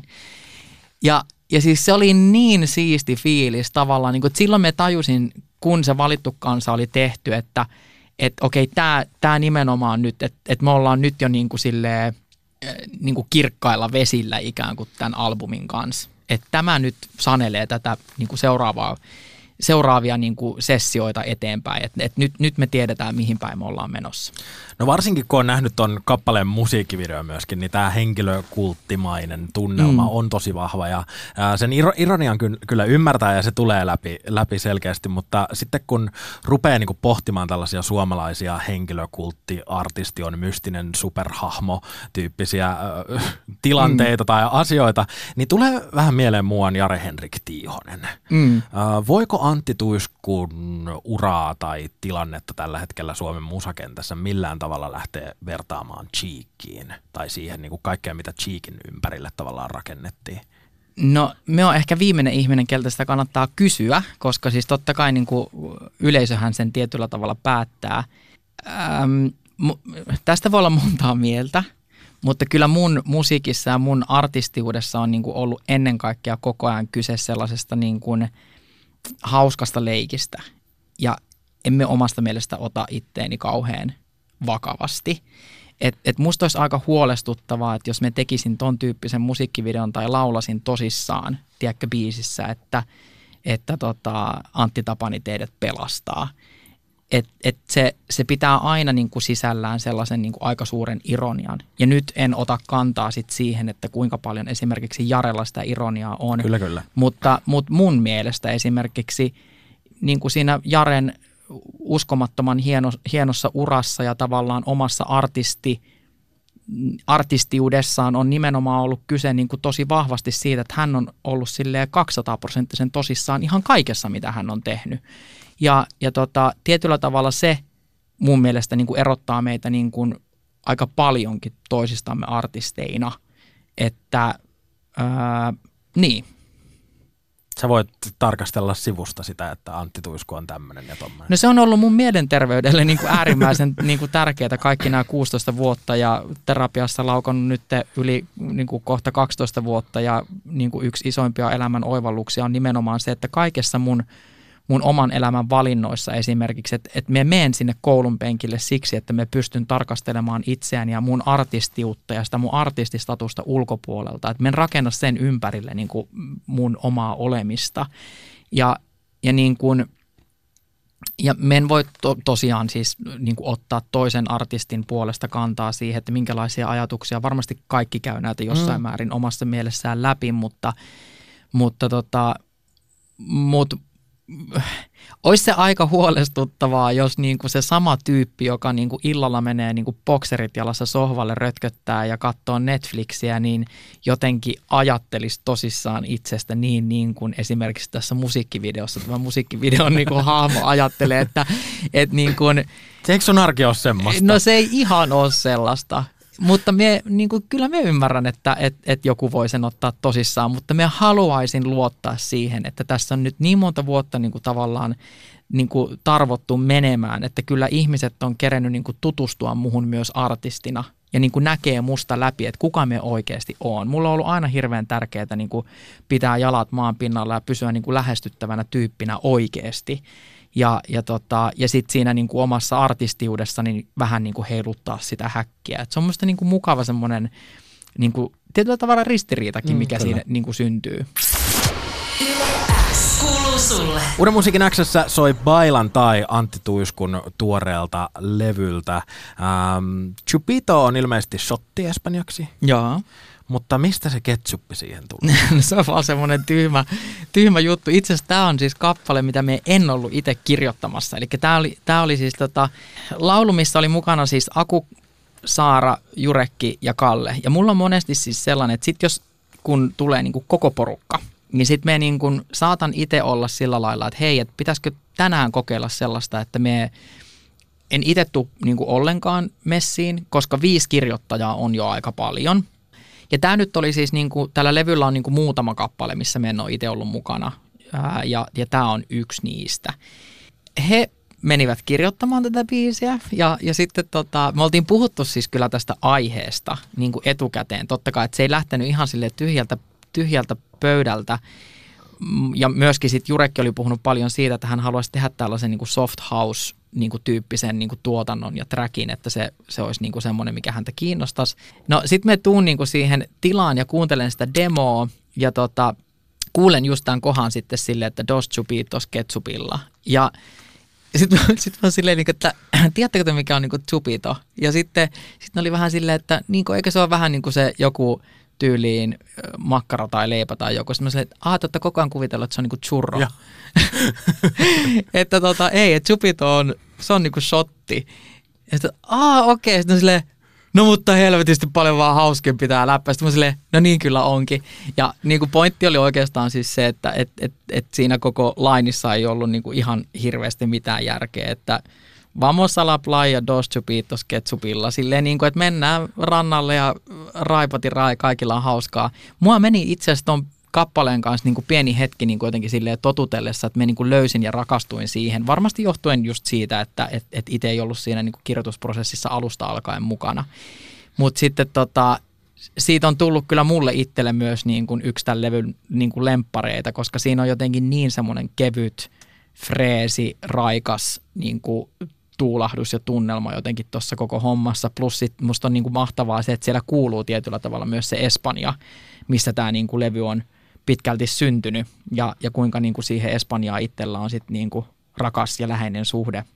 Ja siis se oli niin siisti fiilis tavallaan, niin kuin, että silloin me tajusin, kun se Valittu kansa oli tehty, että okei, tämä nimenomaan nyt, että me ollaan nyt jo niin kuin silleen, niin kuin kirkkailla vesillä ikään kuin tämän albumin kanssa. Että tämä nyt sanelee tätä niin kuin seuraavia niin kuin sessioita eteenpäin. Että nyt me tiedetään, mihin päin me ollaan menossa. No varsinkin, kun on nähnyt ton kappaleen musiikkivideo myöskin, niin tämä henkilökulttimainen tunnelma on tosi vahva. Ja sen ironian kyllä ymmärtää ja se tulee läpi selkeästi, mutta sitten kun rupeaa niinku pohtimaan tällaisia suomalaisia henkilökulttiartisti on mystinen superhahmo-tyyppisiä tilanteita tai asioita, niin tulee vähän mieleen muuan Jare-Henrik Tiihonen. Voiko Antti Tuiskun uraa tai tilannetta tällä hetkellä Suomen musakentässä millään tavalla lähtee vertaamaan Cheekiin tai siihen niin kuin kaikkea, mitä Cheekin ympärille tavallaan rakennettiin? No me on ehkä viimeinen ihminen, keltä sitä kannattaa kysyä, koska siis totta kai niin kuin yleisöhän sen tietyllä tavalla päättää. Tästä voi olla montaa mieltä, mutta kyllä mun musiikissa ja mun artistiudessa on niin kuin ollut ennen kaikkea koko ajan kyse sellaisesta niin kuin hauskasta leikistä ja emme omasta mielestä ota itteeni kauhean vakavasti. Et musta olisi aika huolestuttavaa, että jos me tekisin ton tyyppisen musiikkivideon tai laulasin tosissaan, tiedätkö, biisissä, että Antti Tapani teidät pelastaa. Se pitää aina niin kuin sisällään sellaisen niin kuin aika suuren ironian. Ja nyt en ota kantaa sit siihen, että kuinka paljon esimerkiksi Jarella sitä ironiaa on. Kyllä. Mutta mun mielestä esimerkiksi niin kuin siinä Jaren uskomattoman hienossa urassa ja tavallaan omassa artistiudessaan on nimenomaan ollut kyse niin kuin tosi vahvasti siitä, että hän on ollut silleen 200% tosissaan ihan kaikessa, mitä hän on tehnyt. Ja tietyllä tavalla se mun mielestä niin kuin erottaa meitä niin kuin aika paljonkin toisistamme artisteina, että niin. Sä voit tarkastella sivusta sitä, että Antti Tuisku on tämmöinen ja tommoinen. No se on ollut mun mielenterveydelle niin kuin äärimmäisen niin kuin tärkeää kaikki nämä 16 vuotta ja terapiassa laukannut nyt yli niin kuin kohta 12 vuotta ja niin kuin yksi isoimpia elämän oivalluksia on nimenomaan se, että kaikessa mun oman elämän valinnoissa esimerkiksi, että me menen sinne koulun penkille siksi, että me pystyn tarkastelemaan itseäni ja mun artistiutta ja sitä mun artististatusta ulkopuolelta. Että me en rakenna sen ympärille niin kuin mun omaa olemista. Ja niin kuin, ja me en voi tosiaan siis niin kuin ottaa toisen artistin puolesta kantaa siihen, että minkälaisia ajatuksia. Varmasti kaikki käy näitä jossain määrin omassa mielessään läpi, mutta olisi se aika huolestuttavaa, jos niinku se sama tyyppi, joka niinku illalla menee niinku bokserit jalassa sohvalle rötköttää ja katsoo Netflixiä, niin jotenkin ajattelisi tosissaan itsestä niin kuin esimerkiksi tässä musiikkivideossa. Tämä musiikkivideon niinku hahmo ajattelee, että niinku, eikö sun arki ole semmoista? No se ei ihan ole sellaista. Mutta kyllä me ymmärrän, että joku voi sen ottaa tosissaan, mutta me haluaisin luottaa siihen, että tässä on nyt niin monta vuotta niin kuin tavallaan niin kuin tarvottu menemään, että kyllä ihmiset on kerennyt niin kuin tutustua muhun myös artistina ja niin kuin näkee musta läpi, että kuka me oikeasti on. Mulla on ollut aina hirveän tärkeää niin kuin pitää jalat maan pinnalla ja pysyä niin kuin lähestyttävänä tyyppinä oikeasti. Ja sitten siinä niin kuin omassa artistiudessa niin vähän niin kuin heiluttaa sitä häkkiä. Et se on musta niin kuin mukava semmoinen niin kuin tietyllä tavalla ristiriitakin, mikä siinä niin kuin syntyy. Kuuluu sulle. Uuden musiikin X:ssä soi Bailan tai Antti Tuiskun tuoreelta levyltä. Chupito on ilmeisesti shotti espanjaksi. Joo. Mutta mistä se ketsuppi siihen tuli? Se on vaan semmoinen tyhmä juttu. Itse asiassa tämä on siis kappale, mitä me en ollut itse kirjoittamassa. Eli tämä oli siis laulu, missä oli mukana siis Aku, Saara, Jurekki ja Kalle. Ja mulla on monesti siis sellainen, että kun tulee niin kuin koko porukka, niin sitten me niin kuin saatan itse olla sillä lailla, että hei, että pitäisikö tänään kokeilla sellaista, että en itse tule niin kuin ollenkaan messiin, koska 5 kirjoittajaa on jo aika paljon. Ja tämä nyt oli siis, niin kuin, tällä levyllä on niin kuin muutama kappale, missä me en ole itse ollut mukana, ja tämä on yksi niistä. He menivät kirjoittamaan tätä biisiä, ja sitten me oltiin puhuttu siis kyllä tästä aiheesta niin kuin etukäteen. Totta kai, että se ei lähtenyt ihan sille tyhjältä pöydältä, ja myöskin sitten Jurekki oli puhunut paljon siitä, että hän haluaisi tehdä tällaisen niin kuin soft house niin kuin tyyppisen niin kuin tuotannon ja trackin, että se olisi niin kuin semmoinen, mikä häntä kiinnostaisi. No sitten me tuun niin kuin siihen tilaan ja kuuntelen sitä demoa ja kuulen just tämän kohan sitten silleen, että dos chupitos ketsupilla. Ja sitten mä silleen, että tiedättekö te mikä on niin kuin chupito? Ja sitten oli vähän silleen, että niin kuin, eikö se ole vähän niin kuin se joku tyyliin makkara tai leipä tai joku. Sitten mä silleen, että olette koko ajan kuvitellut, että se on niinku churro. Että ei, että chupito se on niinku shotti. Ja sitten, okei. Sitten silleen, no mutta helvetisti paljon vaan hauskempi tää läppä. Sitten mä silleen, no niin kyllä onkin. Ja niinku pointti oli oikeastaan siis se, että siinä koko lainissa ei ollut niinku ihan hirveästi mitään järkeä, että vamos a la playa, dos chupitos ketsupilla. Silleen niin kuin, että mennään rannalle ja raipati rai, kaikilla on hauskaa. Mua meni itse asiassa ton kappaleen kanssa niin kuin pieni hetki niin kuin jotenkin silleen totutellessa, että me niin kuin löysin ja rakastuin siihen. Varmasti johtuen just siitä, että itse ei ollut siinä niin kuin kirjoitusprosessissa alusta alkaen mukana. Mutta sitten siitä on tullut kyllä mulle itselle myös niin kuin yksi tämän levyn niin kuin lemppareita, koska siinä on jotenkin niin semmoinen kevyt, freesi, raikas, niin kuin tuulahdus ja tunnelma jotenkin tuossa koko hommassa. Plus sit musta on niin kuin mahtavaa se, että siellä kuuluu tietyllä tavalla myös se Espanja, missä tämä niin kuin levy on pitkälti syntynyt ja kuinka niin kuin siihen Espanjaan itsellä on sitten niin kuin rakas ja läheinen suhde.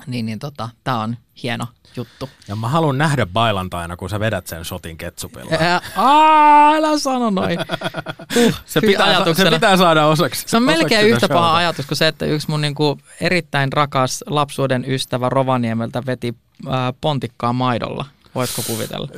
Tämä on hieno juttu. Ja mä haluan nähdä bailantaina, kun sä vedät sen shotin ketsupilla. Älä sano noin. Se pitää saada osaksi. Se on melkein yhtä paha ajatus kuin se, että yksi mun niinku erittäin rakas lapsuuden ystävä Rovaniemeltä veti pontikkaa maidolla. Voitko kuvitella?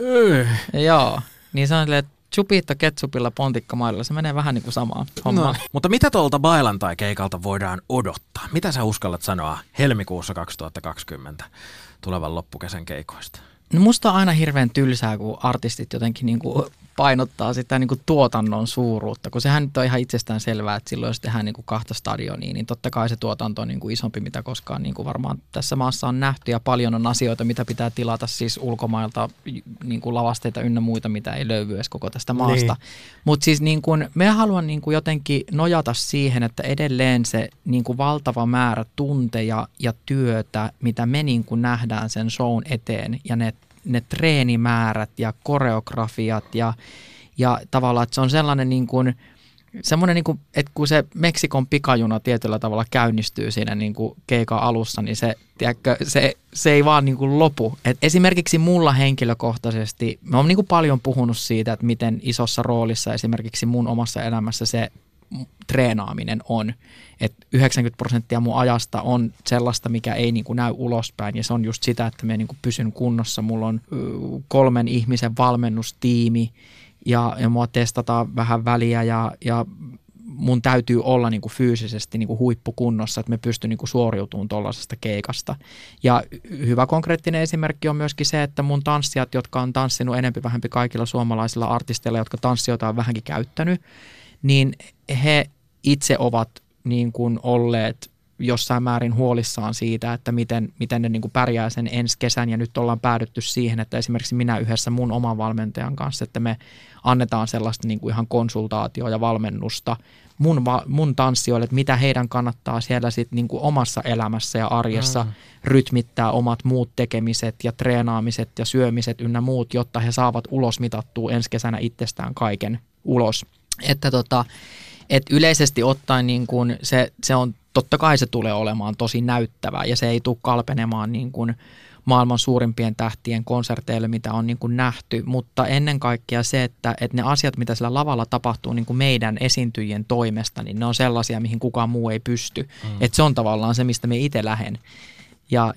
Joo. Niin se on silleen, että chupito ketsupilla pontikka maidolla. Se menee vähän niin kuin samaan hommaan. No, mutta mitä tuolta bailantai-keikalta voidaan odottaa? Mitä sä uskallat sanoa helmikuussa 2020 tulevan loppukesän keikoista? No musta on aina hirveän tylsää, kun artistit jotenkin niin kuin painottaa sitä niin kuin tuotannon suuruutta, kun sehän nyt on ihan itsestään selvää, että silloin jos tehdään niin kuin 2 stadionia, niin totta kai se tuotanto on niin kuin isompi, mitä koskaan niin kuin varmaan tässä maassa on nähty, ja paljon on asioita, mitä pitää tilata siis ulkomailta, niin kuin lavasteita ynnä muita, mitä ei löydy edes koko tästä maasta. Niin. Mutta siis niin kuin, me haluan niin kuin jotenkin nojata siihen, että edelleen se niin kuin valtava määrä tunteja ja työtä, mitä me niin kuin nähdään sen shown eteen, ja ne treenimäärät ja koreografiat ja tavallaan, että se on sellainen niin kuin, semmoinen niin kuin, että kun se Meksikon pikajuna tietyllä tavalla käynnistyy siinä niin kuin keikan alussa, niin se, tiedätkö, se ei vaan niin kuin lopu. Et esimerkiksi mulla henkilökohtaisesti, mä oon niin kuin paljon puhunut siitä, että miten isossa roolissa esimerkiksi mun omassa elämässä se treenaaminen on. Että 90% mun ajasta on sellaista, mikä ei niin kuin näy ulospäin, ja se on just sitä, että mä niin kuin pysyn kunnossa. Mulla on 3 ihmisen valmennustiimi ja mua testataan vähän väliä ja mun täytyy olla niin kuin fyysisesti niin kuin huippukunnossa, että me pystyn niin kuin suoriutumaan tuollaisesta keikasta. Ja hyvä konkreettinen esimerkki on myöskin se, että mun tanssijat, jotka on tanssinut enempi vähempi kaikilla suomalaisilla artisteilla, jotka tanssijoita on vähänkin käyttänyt, niin he itse ovat niin kuin olleet jossain määrin huolissaan siitä, että miten ne niin kuin pärjää sen ensi kesän, ja nyt ollaan päädytty siihen, että esimerkiksi minä yhdessä mun oman valmentajan kanssa, että me annetaan sellaista niin kuin ihan konsultaatioa ja valmennusta mun tanssijoille, että mitä heidän kannattaa siellä sit niin kuin omassa elämässä ja arjessa rytmittää omat muut tekemiset ja treenaamiset ja syömiset ynnä muut, jotta he saavat ulos mitattua ensi kesänä itsestään kaiken ulos. Että yleisesti ottaen niin kuin se on, totta kai se tulee olemaan tosi näyttävää, ja se ei tule kalpenemaan niin kuin maailman suurimpien tähtien konserteille, mitä on niin kuin nähty, mutta ennen kaikkea se, että ne asiat, mitä sillä lavalla tapahtuu niin kuin meidän esiintyjien toimesta, niin ne on sellaisia, mihin kukaan muu ei pysty. Että se on tavallaan se, mistä me itse lähden. Ja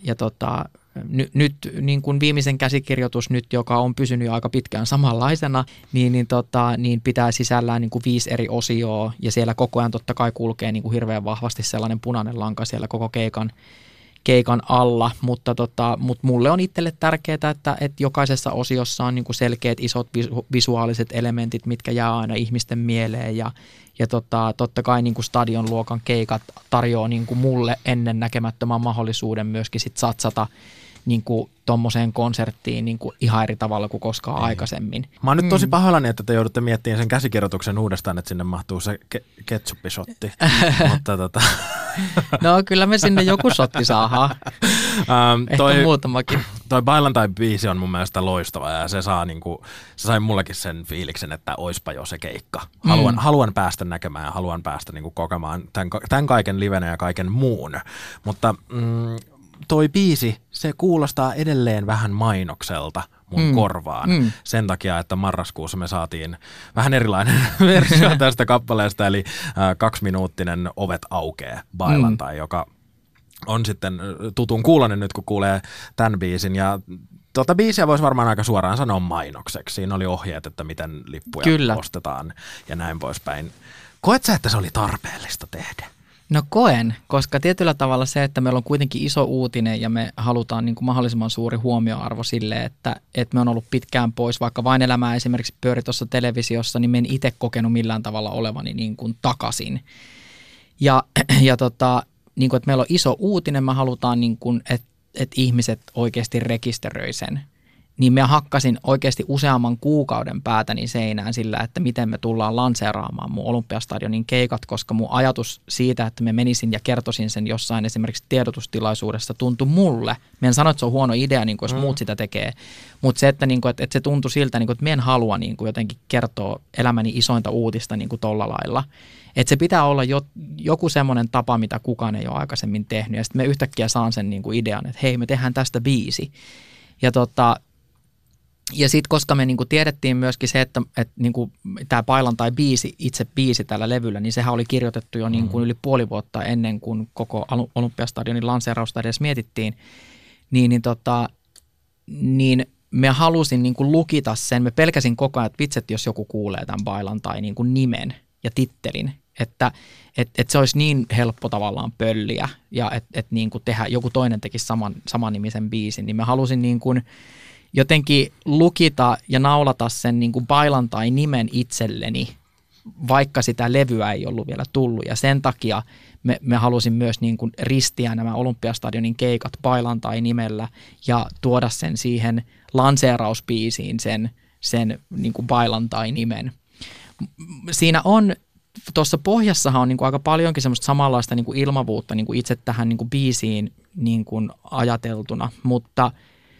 nyt niin kuin viimeisen käsikirjoitus nyt, joka on pysynyt aika pitkään samanlaisena, niin pitää sisällään niin kuin 5 eri osioa, ja siellä koko ajan totta kai kulkee niin kuin hirveän vahvasti sellainen punainen lanka siellä koko keikan alla, mutta mulle on itselle tärkeää, että jokaisessa osiossa on niin kuin selkeät isot visuaaliset elementit, mitkä jää aina ihmisten mieleen, ja totta kai niin kuin stadionluokan keikat tarjoaa niin kuin mulle ennen näkemättömän mahdollisuuden myöskin sit satsata niin kuin tommoseen konserttiin niin kuin ihan eri tavalla kuin koskaan aikaisemmin. Mä oon nyt tosi pahoillani, että te joudutte miettimään sen käsikirjoituksen uudestaan, että sinne mahtuu se ketsuppishotti. Mutta No kyllä me sinne joku shotti saadaan. Ehkä muutamakin. Toi Bailantai-biisi on mun mielestä loistava, ja se sai mullekin sen fiiliksen, että oispa jo se keikka. Haluan päästä näkemään ja haluan päästä niin kuin kokemaan tämän kaiken livenä ja kaiken muun. Mutta toi biisi, se kuulostaa edelleen vähän mainokselta mun korvaan. Sen takia, että marraskuussa me saatiin vähän erilainen versio tästä kappaleesta, eli 2-minuuttinen Ovet aukee Bailantai, joka on sitten tutun kuulonen nyt, kun kuulee tämän biisin. Ja biisiä voisi varmaan aika suoraan sanoa mainokseksi. Siinä oli ohjeet, että miten lippuja ostetaan ja näin poispäin. Koet sä, että se oli tarpeellista tehdä? No koen, koska tietyllä tavalla se, että meillä on kuitenkin iso uutinen ja me halutaan niin kuin mahdollisimman suuri huomioarvo sille, että me on ollut pitkään pois, vaikka Vain elämää esimerkiksi pyöri tuossa televisiossa, niin me en itse kokenut millään tavalla olevani niin kuin takaisin. Ja niin kuin, että meillä on iso uutinen, me halutaan, niin kuin, että ihmiset oikeasti rekisteröi sen. niin mä hakkasin oikeasti useamman kuukauden päätäni seinään sillä, että miten me tullaan lanseeraamaan mun Olympiastadionin keikat, koska mun ajatus siitä, että me menisin ja kertoisin sen jossain esimerkiksi tiedotustilaisuudessa tuntui mulle. Mä en sano, että se on huono idea, niin kuin jos muut sitä tekee, mutta se, että, niin kuin, että se tuntui siltä, niin kuin, että mä en halua niin kuin jotenkin kertoa elämäni isointa uutista niin kuin tolla lailla. Että se pitää olla joku semmoinen tapa, mitä kukaan ei ole aikaisemmin tehnyt. Ja sitten me yhtäkkiä saan sen niin kuin idean, että hei, me tehdään tästä biisi. Ja sitten koska me niinku tiedettiin myöskin se, että niinku tämä Bailantai-biisi, itse biisi tällä levyllä, niin sehän oli kirjoitettu jo niinku yli puoli vuotta ennen kuin koko Olympiastadionin lanseerausta edes mietittiin, niin me halusin niinku lukita sen, me pelkäsin koko ajan, että vitset, jos joku kuulee tämän Bailantai niinku nimen ja tittelin, että se olisi niin helppo tavallaan pölliä ja että niinku tehdä, joku toinen tekisi saman nimisen biisin, niin me halusin niin kuin jotenkin lukita ja naulata sen niin kuin Bailantai-nimen itselleni, vaikka sitä levyä ei ollut vielä tullut. Ja sen takia me halusin myös niin kuin ristiä nämä Olympiastadionin keikat Bailantai-nimellä ja tuoda sen siihen lanseerausbiisiin sen niin kuin Bailantai-nimen. Siinä on, tuossa pohjassahan on niin kuin aika paljonkin semmoista samanlaista niin kuin ilmavuutta niin kuin itse tähän niin kuin biisiin niin kuin ajateltuna, mutta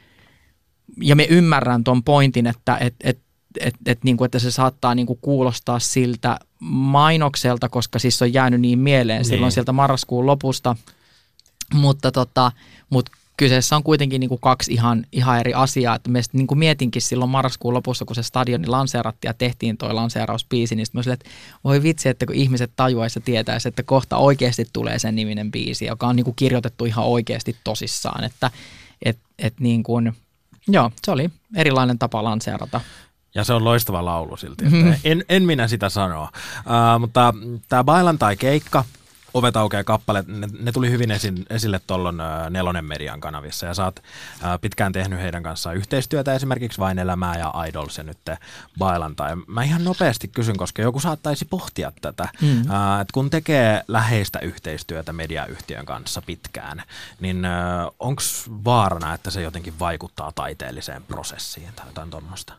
ja me ymmärrän ton pointin, että niinku, että se saattaa niinku kuulostaa siltä mainokselta, koska siis se on jäänyt niin mieleen silloin sieltä marraskuun lopusta, mutta kyseessä on kuitenkin niinku kaksi ihan eri asiaa. Että niinku mietinkin silloin marraskuun lopussa, kun se stadioni lanseerattiin ja tehtiin toi lanseerausbiisi, niin sitten mä silleen, että voi vitsi, että kun ihmiset tajuaisi ja tietäisi, että kohta oikeasti tulee sen niminen biisi, joka on niinku kirjoitettu ihan oikeasti tosissaan, että niin kuin joo, se oli erilainen tapa lanseerata. Ja se on loistava laulu silti, että en minä sitä sanoa. Mutta tämä Bailantai-keikka, Ovet aukeaa kappale, ne tuli hyvin esille tuolloin Nelonen Median kanavissa. Ja sä oot pitkään tehnyt heidän kanssaan yhteistyötä, esimerkiksi Vain elämää ja Idols ja nyt Bailantai. Mä ihan nopeasti kysyn, koska joku saattaisi pohtia tätä, että kun tekee läheistä yhteistyötä mediayhtiön kanssa pitkään, niin onko vaarana, että se jotenkin vaikuttaa taiteelliseen prosessiin tai jotain tuommoista?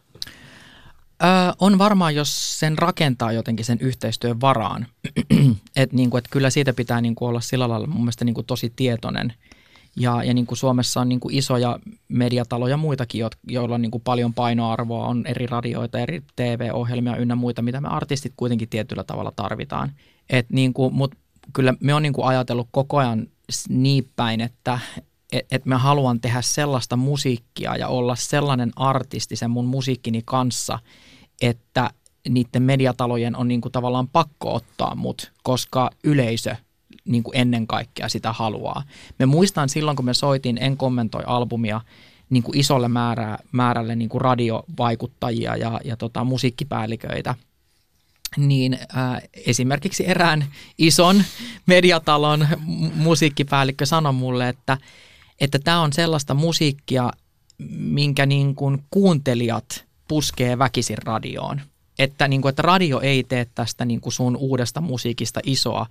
On varmaan, jos sen rakentaa jotenkin sen yhteistyön varaan, että niinku, et kyllä siitä pitää niinku olla sillä lailla mun mielestä niinku tosi tietoinen. Ja niinku Suomessa on niinku isoja mediataloja muitakin, joilla on niinku paljon painoarvoa, on eri radioita, eri TV-ohjelmia ynnä muita, mitä me artistit kuitenkin tietyllä tavalla tarvitaan. Mutta kyllä me on niinku ajatellut koko ajan niin päin, että me haluan tehdä sellaista musiikkia ja olla sellainen artisti sen mun musiikkini kanssa, että niiden mediatalojen on niinku tavallaan pakko ottaa mut, koska yleisö niinku ennen kaikkea sitä haluaa. Me muistan silloin, kun me soitin En kommentoi -albumia niinku isolle määrälle niinku radiovaikuttajia ja musiikkipäälliköitä, niin esimerkiksi erään ison mediatalon musiikkipäällikkö sanoi mulle, että tämä on sellaista musiikkia, minkä niin kuin kuuntelijat puskee väkisin radioon. Että radio ei tee tästä niin kuin sun uudesta musiikista isoa,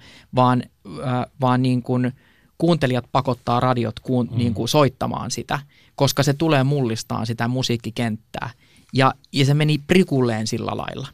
vaan niin kuin kuuntelijat pakottaa radiot niin kuin soittamaan sitä, koska se tulee mullistaan sitä musiikkikenttää. Ja se meni prikulleen sillä lailla,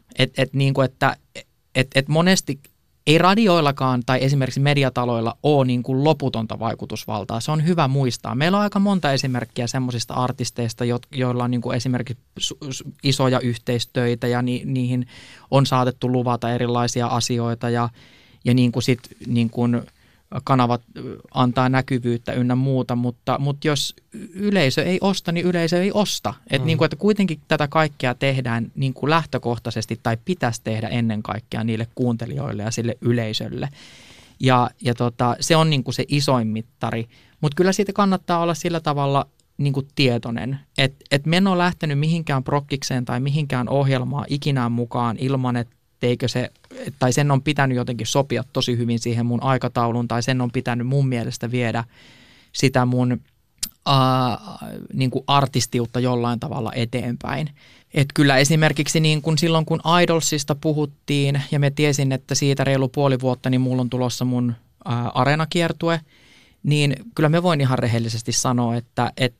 että monesti ei radioillakaan tai esimerkiksi mediataloilla ole niin kuin loputonta vaikutusvaltaa. Se on hyvä muistaa. Meillä on aika monta esimerkkiä semmoisista artisteista, joilla on niin kuin esimerkiksi isoja yhteistöitä ja niihin on saatettu luvata erilaisia asioita ja niin kuin sit niin kuin kanavat antaa näkyvyyttä ynnä muuta, mutta jos yleisö ei osta, niin yleisö ei osta. Että kuitenkin tätä kaikkea tehdään niin kuin lähtökohtaisesti tai pitäisi tehdä ennen kaikkea niille kuuntelijoille ja sille yleisölle. Ja se on niin kuin se isoin mittari, mutta kyllä siitä kannattaa olla sillä tavalla niin kuin tietoinen, että me en ole lähtenyt mihinkään prokkikseen tai mihinkään ohjelmaan ikinään mukaan ilman, että tai sen on pitänyt jotenkin sopia tosi hyvin siihen mun aikatauluun, tai sen on pitänyt mun mielestä viedä sitä mun niin kuin artistiutta jollain tavalla eteenpäin. Et kyllä esimerkiksi niin kun silloin, kun Idolsista puhuttiin, ja me tiesin, että siitä reilu puoli vuotta, niin mulla on tulossa mun areenakiertue, niin kyllä me voin ihan rehellisesti sanoa, että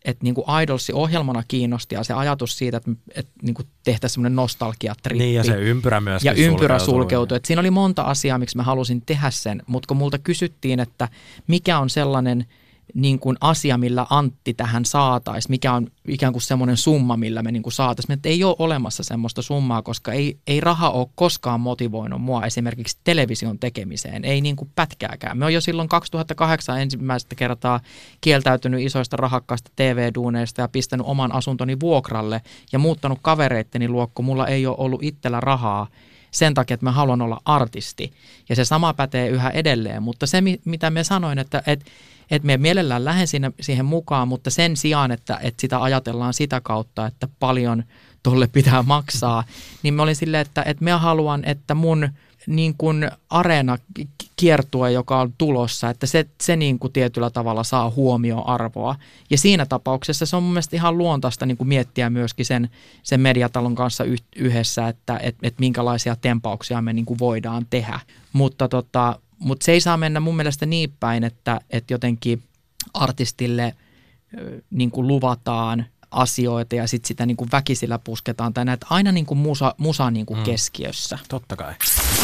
että niin kuin Idolsi ohjelmana kiinnosti ja se ajatus siitä, että niin kuin tehtäisiin semmoinen nostalgiatrippi. Niin ja se ympyrä myöskin ja ympyrä sulkeutui. Siinä oli monta asiaa, miksi mä halusin tehdä sen, mutta kun multa kysyttiin, että mikä on sellainen niin kuin asia, millä Antti tähän saataisiin, mikä on ikään kuin semmoinen summa, millä me niin kuin saataisiin. Että ei ole olemassa semmoista summaa, koska ei raha ole koskaan motivoinut mua esimerkiksi television tekemiseen, ei niin kuin pätkääkään. Me on jo silloin 2008 ensimmäistä kertaa kieltäytynyt isoista rahakkaista TV-duuneista ja pistänyt oman asuntoni vuokralle ja muuttanut kavereitteni luo, kun mulla ei ole ollut itsellä rahaa sen takia, että mä haluan olla artisti. Ja se sama pätee yhä edelleen, mutta se mitä mä sanoin, että me mielellään lähden siihen mukaan, mutta sen sijaan, että sitä ajatellaan sitä kautta, että paljon tolle pitää maksaa, niin mä olin silleen, että mä haluan, että mun niin kuin areenakiertue, joka on tulossa, että se niin kuin tietyllä tavalla saa huomioarvoa. Ja siinä tapauksessa se on mun mielestä ihan luontaista niin kuin miettiä myöskin sen mediatalon kanssa yhdessä, että minkälaisia tempauksia me niin kuin voidaan tehdä. Mutta se ei saa mennä mun mielestä niin päin, että jotenkin artistille niin kuin luvataan asioita ja sitten sitä niin kuin väkisillä pusketaan tai näitä aina niin kuin musa niin kuin keskiössä. Totta kai.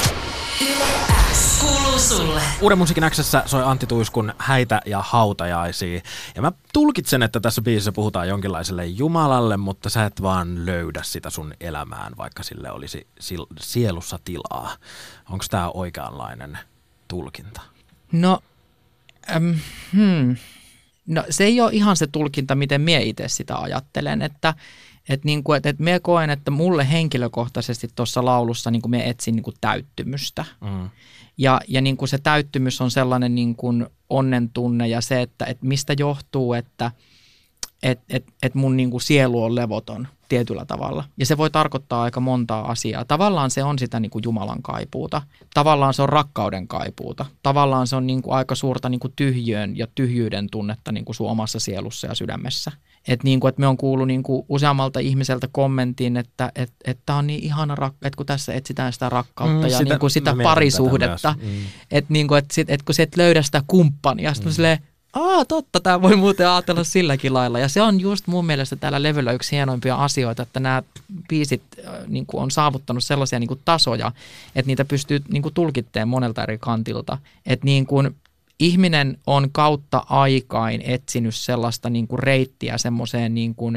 X kuuluu sulle. Uuden musiikin X:ssä soi Antti Tuiskun Häitä ja hautajaisia. Ja mä tulkitsen, että tässä biisissä puhutaan jonkinlaiselle jumalalle, mutta sä et vaan löydä sitä sun elämään, vaikka sille olisi sielussa tilaa. Onko tää oikeanlainen tulkinta? No se ei ole ihan se tulkinta, miten mie itse sitä ajattelen, että mie koen, että mulle henkilökohtaisesti tuossa laulussa niin mie etsin niin täyttymystä. Ja niin kuin se täyttymys on sellainen niin kuin onnen tunne ja se, että mistä johtuu, että mun niin kuin sielu on levoton tietyllä tavalla. Ja se voi tarkoittaa aika montaa asiaa. Tavallaan se on sitä niin kuin Jumalan kaipuuta. Tavallaan se on rakkauden kaipuuta. Tavallaan se on niin kuin aika suurta niin kuin tyhjön ja tyhjyyden tunnetta niin kuin sun omassa sielussa ja sydämessä. Että me on kuullut niin kuin useammalta ihmiseltä kommentin, että tämä on niin ihana, että kun tässä etsitään sitä rakkautta ja niin kuin sitä parisuhdetta. Että kun sä et löydä sitä kumppania. Sitten silleen, totta, tämä voi muuten ajatella silläkin lailla. Ja se on just mun mielestä täällä levyllä yksi hienoimpia asioita, että nämä biisit niin kuin on saavuttanut sellaisia niin kuin tasoja, että niitä pystyy niin kuin tulkitteen monelta eri kantilta. Että niin kuin ihminen on kautta aikain etsinyt sellaista niin kuin reittiä semmoiseen niin kuin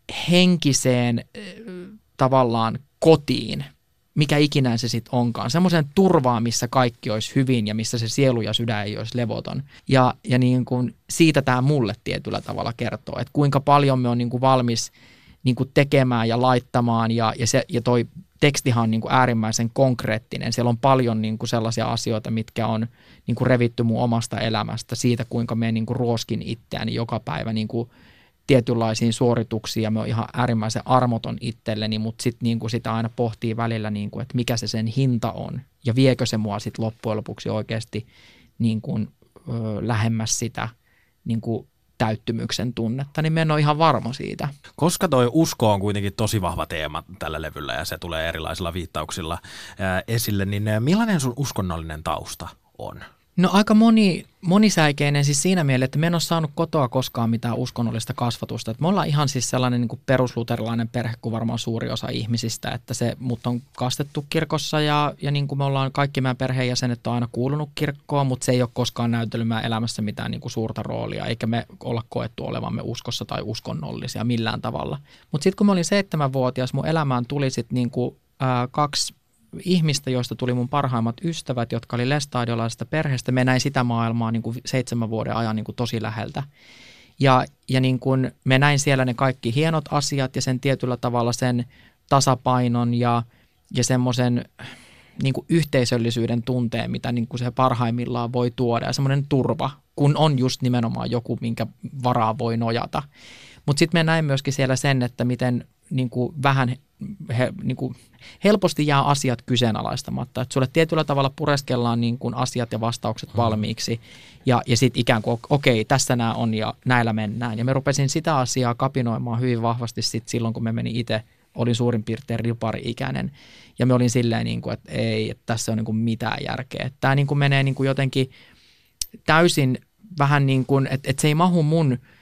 henkiseen tavallaan kotiin, mikä ikinä se sitten onkaan. Semmoisen turvaan, missä kaikki olisi hyvin ja missä se sielu ja sydän ei olisi levoton. Ja niin kuin siitä tämä mulle tietyllä tavalla kertoo, että kuinka paljon me on niin kuin valmis niin kuin tekemään ja laittamaan ja toi tekstihan on niin kuin äärimmäisen konkreettinen. Siellä on paljon niin kuin sellaisia asioita, mitkä on niin kuin revitty mun omasta elämästä, siitä kuinka me niin kuin ruoskin itseäni joka päivä niin kuin tietynlaisiin suorituksiin ja me on ihan äärimmäisen armoton itselleni, mutta sitten niin kuin sitä aina pohtii välillä, niin kuin, että mikä se sen hinta on ja viekö se mua sitten loppujen lopuksi oikeasti niin kuin, lähemmäs sitä niin kuin täyttymyksen tunnetta, niin mä en ole ihan varma siitä. Koska toi usko on kuitenkin tosi vahva teema tällä levyllä ja se tulee erilaisilla viittauksilla esille, niin millainen sun uskonnollinen tausta on? No aika monisäikeinen siis siinä mielessä, että me en ole saanut kotoa koskaan mitään uskonnollista kasvatusta. Että me ollaan ihan siis sellainen niin kuin perusluterilainen perhe kuin varmaan suuri osa ihmisistä, että mut on kastettu kirkossa ja niin kuin me ollaan kaikki meidän perheenjäsenet on aina kuulunut kirkkoon, mutta se ei ole koskaan näytellyt meidän elämässä mitään niin kuin suurta roolia, eikä me olla koettu olevamme uskossa tai uskonnollisia millään tavalla. Mutta sitten kun mä olin 7-vuotias, mun elämään tuli sitten niin kuin 2 ihmistä, joista tuli mun parhaimmat ystävät, jotka oli lestadiolaisesta perheestä. Me näin sitä maailmaa niin kuin 7 vuoden ajan niin kuin tosi läheltä. Ja niin kuin me näin siellä ne kaikki hienot asiat ja sen tietyllä tavalla sen tasapainon ja semmoisen niin kuin yhteisöllisyyden tunteen, mitä niin kuin se parhaimmillaan voi tuoda ja semmoinen turva, kun on just nimenomaan joku, minkä varaa voi nojata. Mutta sitten me näin myöskin siellä sen, että miten niin kuin vähän niin kuin helposti jää asiat kyseenalaistamatta. Että sulle tietyllä tavalla pureskellaan niin kuin asiat ja vastaukset valmiiksi ja sitten ikään kuin okei, tässä nämä on ja näillä mennään. Ja me rupesin sitä asiaa kapinoimaan hyvin vahvasti sit silloin, kun me menin itse, olin suurin piirtein ripari-ikäinen ja me olin silleen, niin kuin, että ei, että tässä on niin kuin mitään järkeä. Että tämä niin kuin menee niin kuin jotenkin täysin vähän niin kuin, että se ei mahu mun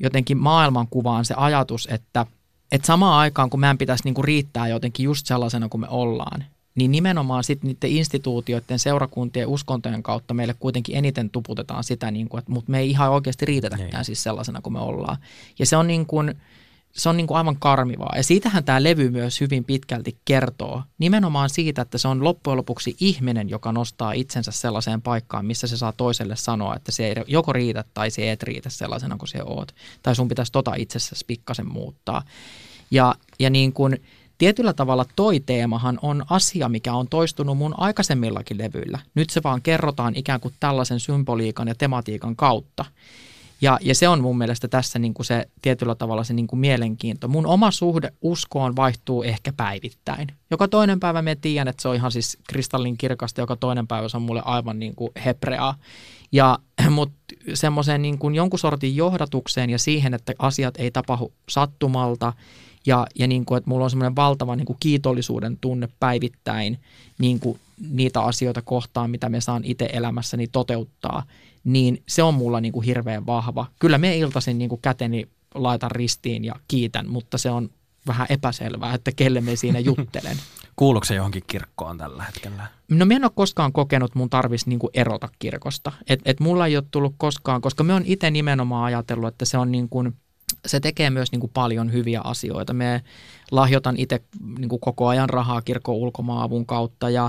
jotenkin maailmankuvaan se ajatus, että samaan aikaan kun meidän pitäisi niin kuin riittää jotenkin just sellaisena kuin me ollaan, niin nimenomaan sitten niiden instituutioiden, seurakuntien, uskontojen kautta meille kuitenkin eniten tuputetaan sitä, niin kuin, että mutta me ei ihan oikeasti riitetäkään siis sellaisena kuin me ollaan. Ja se on niin kuin aivan karmivaa. Ja siitähän tämä levy myös hyvin pitkälti kertoo. Nimenomaan siitä, että se on loppujen lopuksi ihminen, joka nostaa itsensä sellaiseen paikkaan, missä se saa toiselle sanoa, että se ei joko riitä tai se et riitä sellaisena kuin se oot. Tai sun pitäisi itsessäsi pikkasen muuttaa. Ja niin kuin tietyllä tavalla toi teemahan on asia, mikä on toistunut mun aikaisemmillakin levyillä. Nyt se vaan kerrotaan ikään kuin tällaisen symboliikan ja tematiikan kautta. Ja se on mun mielestä tässä niin kuin se tietyllä tavalla se niin kuin mielenkiinto. Mun oma suhde uskoon vaihtuu ehkä päivittäin. Joka toinen päivä mä tiedän, että se on ihan siis kristallin kirkasta, joka toinen päivä se on mulle aivan niin kuin hebreaa. Mutta semmoiseen niin kuin jonkun sortin johdatukseen ja siihen, että asiat ei tapahdu sattumalta ja niin kuin, että mulla on semmoinen valtava niin kuin kiitollisuuden tunne päivittäin niin kuin niitä asioita kohtaan, mitä me saan itse elämässäni toteuttaa, niin se on mulla niin kuin hirveän vahva. Kyllä me iltaisin niin kuin käteni laitan ristiin ja kiitän, mutta se on vähän epäselvää, että kelle me siinä juttelen. Kuuluuko se johonkin kirkkoon tällä hetkellä? No mä en ole koskaan kokenut, mun tarvitsisi niin kuin erota kirkosta. Et mulla ei ole tullut koskaan, koska me on itse nimenomaan ajatellut, että se on niin kuin se tekee myös niin kuin paljon hyviä asioita. Me lahjoitan itse niin kuin koko ajan rahaa kirkon ulkomaanavun kautta ja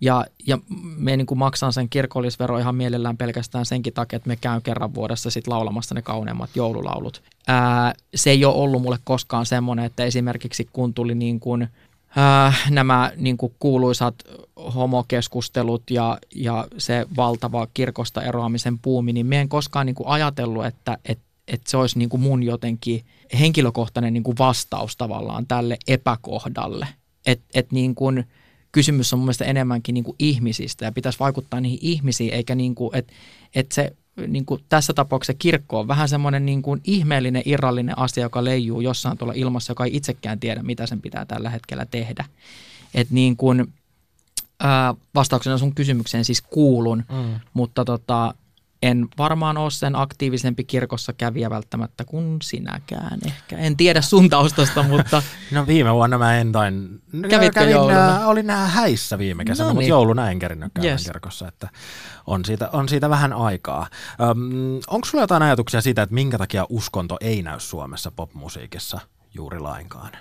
me niin kuin maksan sen kirkollisvero ihan mielellään pelkästään senkin takia, että me käyn kerran vuodessa sit laulamassa ne kauneimmat joululaulut. Se ei ole ollut mulle koskaan semmoinen, että esimerkiksi kun tuli niin kuin nämä niin kuin kuuluisat homokeskustelut ja se valtava kirkosta eroamisen puumi, niin me en koskaan niin kuin ajatellut, että se olisi niin kuin mun jotenkin henkilökohtainen niin kuin vastaus tavallaan tälle epäkohdalle. Et niin kuin kysymys on mun mielestä enemmänkin niin kuin ihmisistä ja pitäisi vaikuttaa niihin ihmisiin, eikä niin kuin, että se niin kuin tässä tapauksessa kirkko on vähän semmoinen niin kuin ihmeellinen, irrallinen asia, joka leijuu jossain tuolla ilmassa, joka ei itsekään tiedä, mitä sen pitää tällä hetkellä tehdä. Että niin kuin vastauksena sun kysymykseen siis kuulun, mutta en varmaan ole sen aktiivisempi kirkossa kävijä välttämättä kuin sinäkään ehkä. En tiedä sun taustasta, mutta... No viime vuonna mä en tain... Kävitkö jouluna? Olin häissä viime kesänä, mutta jouluna en kerinyt käydä kirkossa, että on siitä vähän aikaa. Onko sulla jotain ajatuksia siitä, että minkä takia uskonto ei näy Suomessa popmusiikissa juuri lainkaan?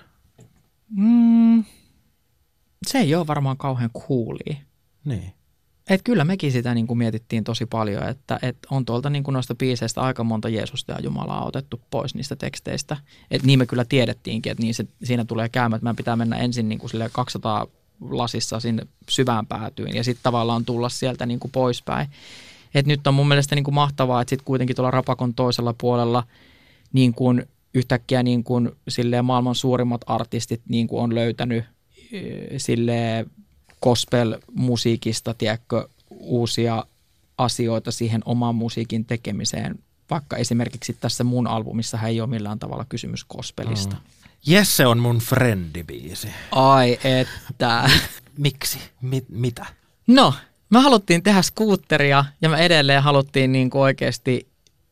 Se ei ole varmaan kauhean coolia. Niin. Että kyllä mekin sitä niin kuin mietittiin tosi paljon, että on tuolta niin kuin noista biiseistä aika monta Jeesusta ja Jumalaa otettu pois niistä teksteistä. Että niin me kyllä tiedettiinkin, että niin siinä tulee käymään, että meidän pitää mennä ensin niin kuin 200 lasissa sinne syvään päätyyn ja sitten tavallaan tulla sieltä niin kuin poispäin. Että nyt on mun mielestä niin kuin mahtavaa, että sitten kuitenkin tuolla rapakon toisella puolella niin kuin yhtäkkiä niin kuin silleen maailman suurimmat artistit niin kuin on löytänyt silleen gospel-musiikista, tiedätkö, uusia asioita siihen oman musiikin tekemiseen, vaikka esimerkiksi tässä mun albumissa ei ole millään tavalla kysymys gospelista. Jesse on mun friendibiisi. Ai että. Miksi? Mitä? No, me haluttiin tehdä skuutteria ja me edelleen haluttiin niin kuin oikeasti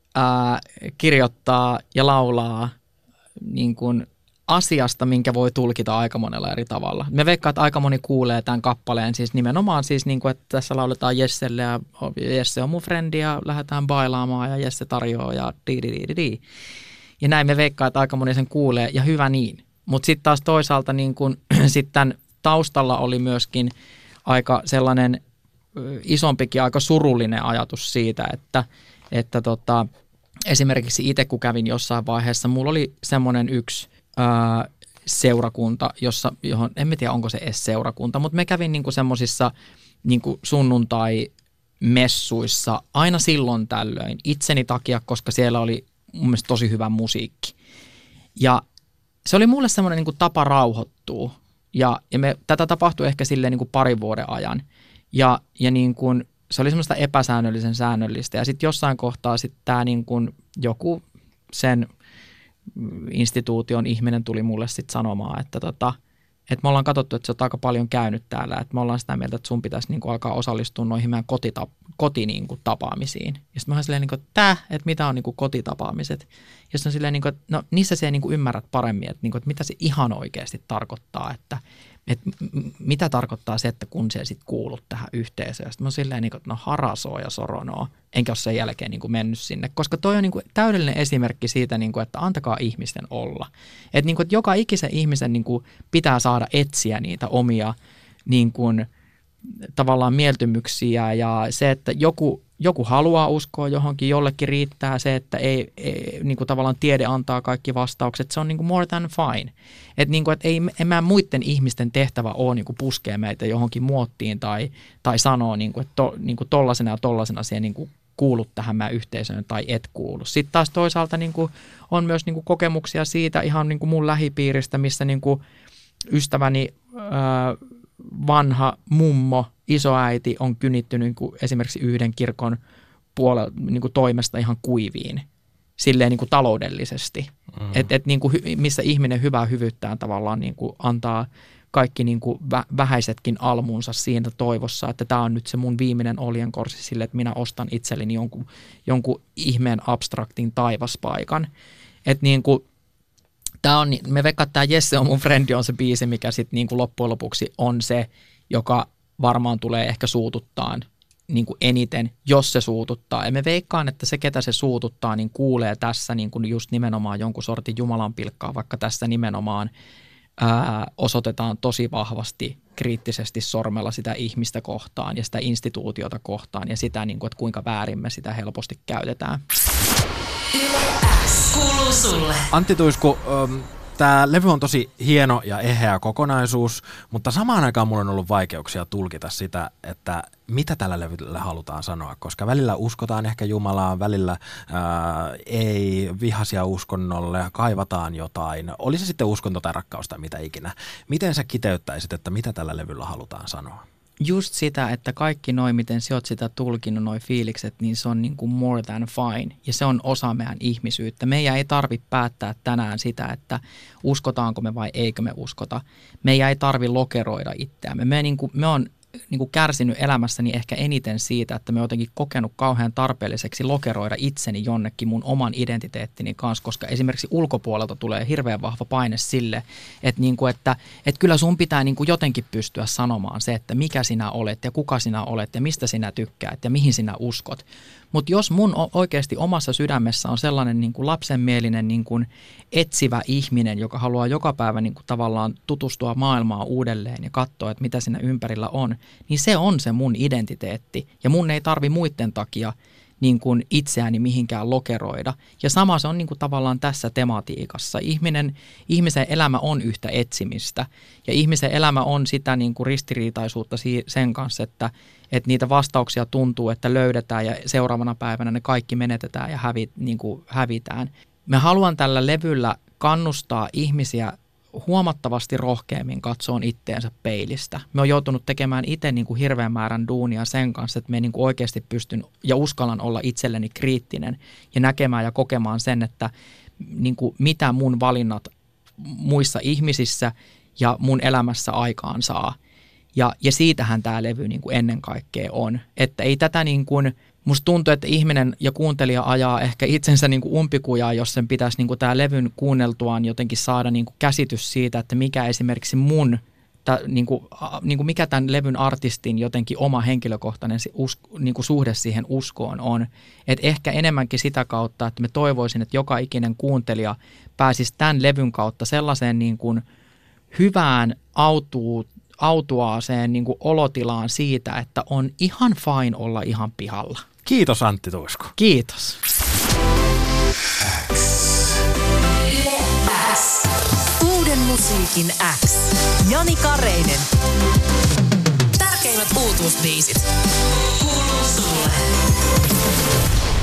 kirjoittaa ja laulaa niin kuin asiasta, minkä voi tulkita aika monella eri tavalla. Me veikkaan, että aika moni kuulee tämän kappaleen, siis nimenomaan siis niin kuin, että tässä lauletaan Jesselle ja Jesse on mun frendi ja lähdetään bailaamaan ja Jesse tarjoaa ja di. Ja näin me veikkaan, että aika moni sen kuulee ja hyvä niin. Mutta sitten taas toisaalta niin kun, sitten taustalla oli myöskin aika sellainen isompikin, aika surullinen ajatus siitä, että esimerkiksi itse kun kävin jossain vaiheessa, mulla oli semmoinen yksi seurakunta, johon en tiedä onko se edes seurakunta, mutta me kävin niinku semmoisissa niinku sunnuntai-messuissa aina silloin tällöin itseni takia, koska siellä oli mun mielestä tosi hyvä musiikki. Ja se oli mulle semmoinen niinku tapa rauhoittua ja tätä tapahtui ehkä silleen niinku parin vuoden ajan ja niin kuin se oli semmoista epäsäännöllisen säännöllistä ja sitten jossain kohtaa sitten tämä niin kuin joku sen instituution ihminen tuli mulle sitten sanomaan, että että me ollaan katsottu, että sä oot aika paljon käynyt täällä, että me ollaan sitä mieltä, että sun pitäisi niin kuin alkaa osallistua noihin meidän kotitapaamisiin. Ja sitten mä oon silleen, niin kuin, että mitä on niin kuin kotitapaamiset? Ja sitten on silleen, niin kuin, että no niissä sä niin kuin ymmärrät paremmin, että, niin kuin, että mitä se ihan oikeasti tarkoittaa, että mitä tarkoittaa se, että kun se sitten kuulut tähän yhteisöön. Sitten mä oon silleen, niin kuin, että no harasoo ja soronoo, enkä ole sen jälkeen niin kuin mennyt sinne, koska toi on niin kuin täydellinen esimerkki siitä, niin kuin, että antakaa ihmisten olla. Että, niin kuin, että joka ikisen ihmisen niin kuin pitää saada etsiä niitä omia niin kuin, tavallaan mieltymyksiä ja se, että joku haluaa uskoa johonkin, jollekin riittää se, että ei niin kuin tavallaan tiede antaa kaikki vastaukset, se on niin kuin more than fine. Että niin kuin, että ei meidän muiden ihmisten tehtävä ole niin kuin puskea meitä johonkin muottiin tai sanoa, niin kuin, että niin kuin tollasena ja tollasena siihen niin kuin kuulut tähän meidän yhteisöön tai et kuulu. Sitten taas toisaalta niin kuin on myös niin kuin kokemuksia siitä ihan niin kuin mun lähipiiristä, missä niin kuin ystäväni vanha mummo, isoäiti on kynittynyt niin kuin esimerkiksi yhden kirkon niin kuin toimesta ihan kuiviin, silleen niin kuin taloudellisesti. Et niin kuin, missä ihminen hyvää hyvyyttään tavallaan niin kuin antaa kaikki niin kuin vähäisetkin almuunsa siinä toivossa, että tämä on nyt se mun viimeinen oljenkorsi sille, että minä ostan itselleni jonkun ihmeen abstraktin taivaspaikan. Että niin kuin tämä on, me veikkaan, että tämä Jesse on mun frendi on se biisi, mikä sitten niin kuin loppujen lopuksi on se, joka varmaan tulee ehkä suututtaan niin kuin eniten, jos se suututtaa. Ja me veikkaan, että se, ketä se suututtaa, niin kuulee tässä niin kuin just nimenomaan jonkun sortin Jumalan pilkkaa, vaikka tässä nimenomaan osoitetaan tosi vahvasti kriittisesti sormella sitä ihmistä kohtaan ja sitä instituutiota kohtaan ja sitä, niin kuin, että kuinka väärin me sitä helposti käytetään. Kuuluu sulle. Antti Tuisku, tämä levy on tosi hieno ja eheä kokonaisuus, mutta samaan aikaan mulla on ollut vaikeuksia tulkita sitä, että mitä tällä levyllä halutaan sanoa, koska välillä uskotaan ehkä Jumalaa, välillä ei, vihaisia uskonnolle, kaivataan jotain, oli se sitten uskonto tai rakkaus tai mitä ikinä. Miten sä kiteyttäisit, että mitä tällä levyllä halutaan sanoa? Just sitä, että kaikki noin, miten sä oot sitä tulkinut, noi fiilikset, niin se on niin kuin more than fine. Ja se on osa meidän ihmisyyttä. Meidän ei tarvitse päättää tänään sitä, että uskotaanko me vai eikö me uskota. Meidän ei tarvitse lokeroida itseämme. Me on niin kuin kärsinyt elämässäni ehkä eniten siitä, että me oon jotenkin kokenut kauhean tarpeelliseksi lokeroida itseni jonnekin mun oman identiteettini kanssa, koska esimerkiksi ulkopuolelta tulee hirveän vahva paine sille, että, niin kuin, että kyllä sun pitää niin kuin jotenkin pystyä sanomaan se, että mikä sinä olet ja kuka sinä olet ja mistä sinä tykkäät ja mihin sinä uskot. Mutta jos mun oikeasti omassa sydämessä on sellainen niin kuin lapsenmielinen niin kuin etsivä ihminen, joka haluaa joka päivä niin kuin tavallaan tutustua maailmaan uudelleen ja katsoa, että mitä siinä ympärillä on, niin se on se mun identiteetti. Ja mun ei tarvi muiden takia niin kuin itseäni mihinkään lokeroida. Ja sama se on niin kuin tavallaan tässä tematiikassa. Ihmisen elämä on yhtä etsimistä ja ihmisen elämä on sitä niin kuin ristiriitaisuutta sen kanssa, että niitä vastauksia tuntuu, että löydetään ja seuraavana päivänä ne kaikki menetetään ja hävitään. Me haluan tällä levyllä kannustaa ihmisiä huomattavasti rohkeammin katsoon itteensä peilistä. Me on joutunut tekemään itse niin kuin hirveän määrän duunia sen kanssa, että me niin kuin oikeasti pystyn ja uskallan olla itselleni kriittinen ja näkemään ja kokemaan sen, että niin kuin mitä mun valinnat muissa ihmisissä ja mun elämässä aikaan saa. Ja siitähän tämä levy niin kuin ennen kaikkea on. Että ei tätä niin kuin, musta tuntuu, että ihminen ja kuuntelija ajaa ehkä itsensä niin kuin umpikujaa, jos sen pitäisi niin kuin tämä levyn kuunneltuaan jotenkin saada niin kuin käsitys siitä, että mikä esimerkiksi niin kuin mikä tämän levyn artistin jotenkin oma henkilökohtainen niin kuin suhde siihen uskoon on. Että ehkä enemmänkin sitä kautta, että me toivoisin, että joka ikinen kuuntelija pääsisi tämän levyn kautta sellaiseen niin kuin hyvään autuaaseen niin kuin olotilaan siitä, että on ihan fine olla ihan pihalla. Kiitos Antti Tuisku. Kiitos. Uuden musiikin X. Jani Kareinen. Tärkeimmät uutuusbiisit. Kuuluu sulle.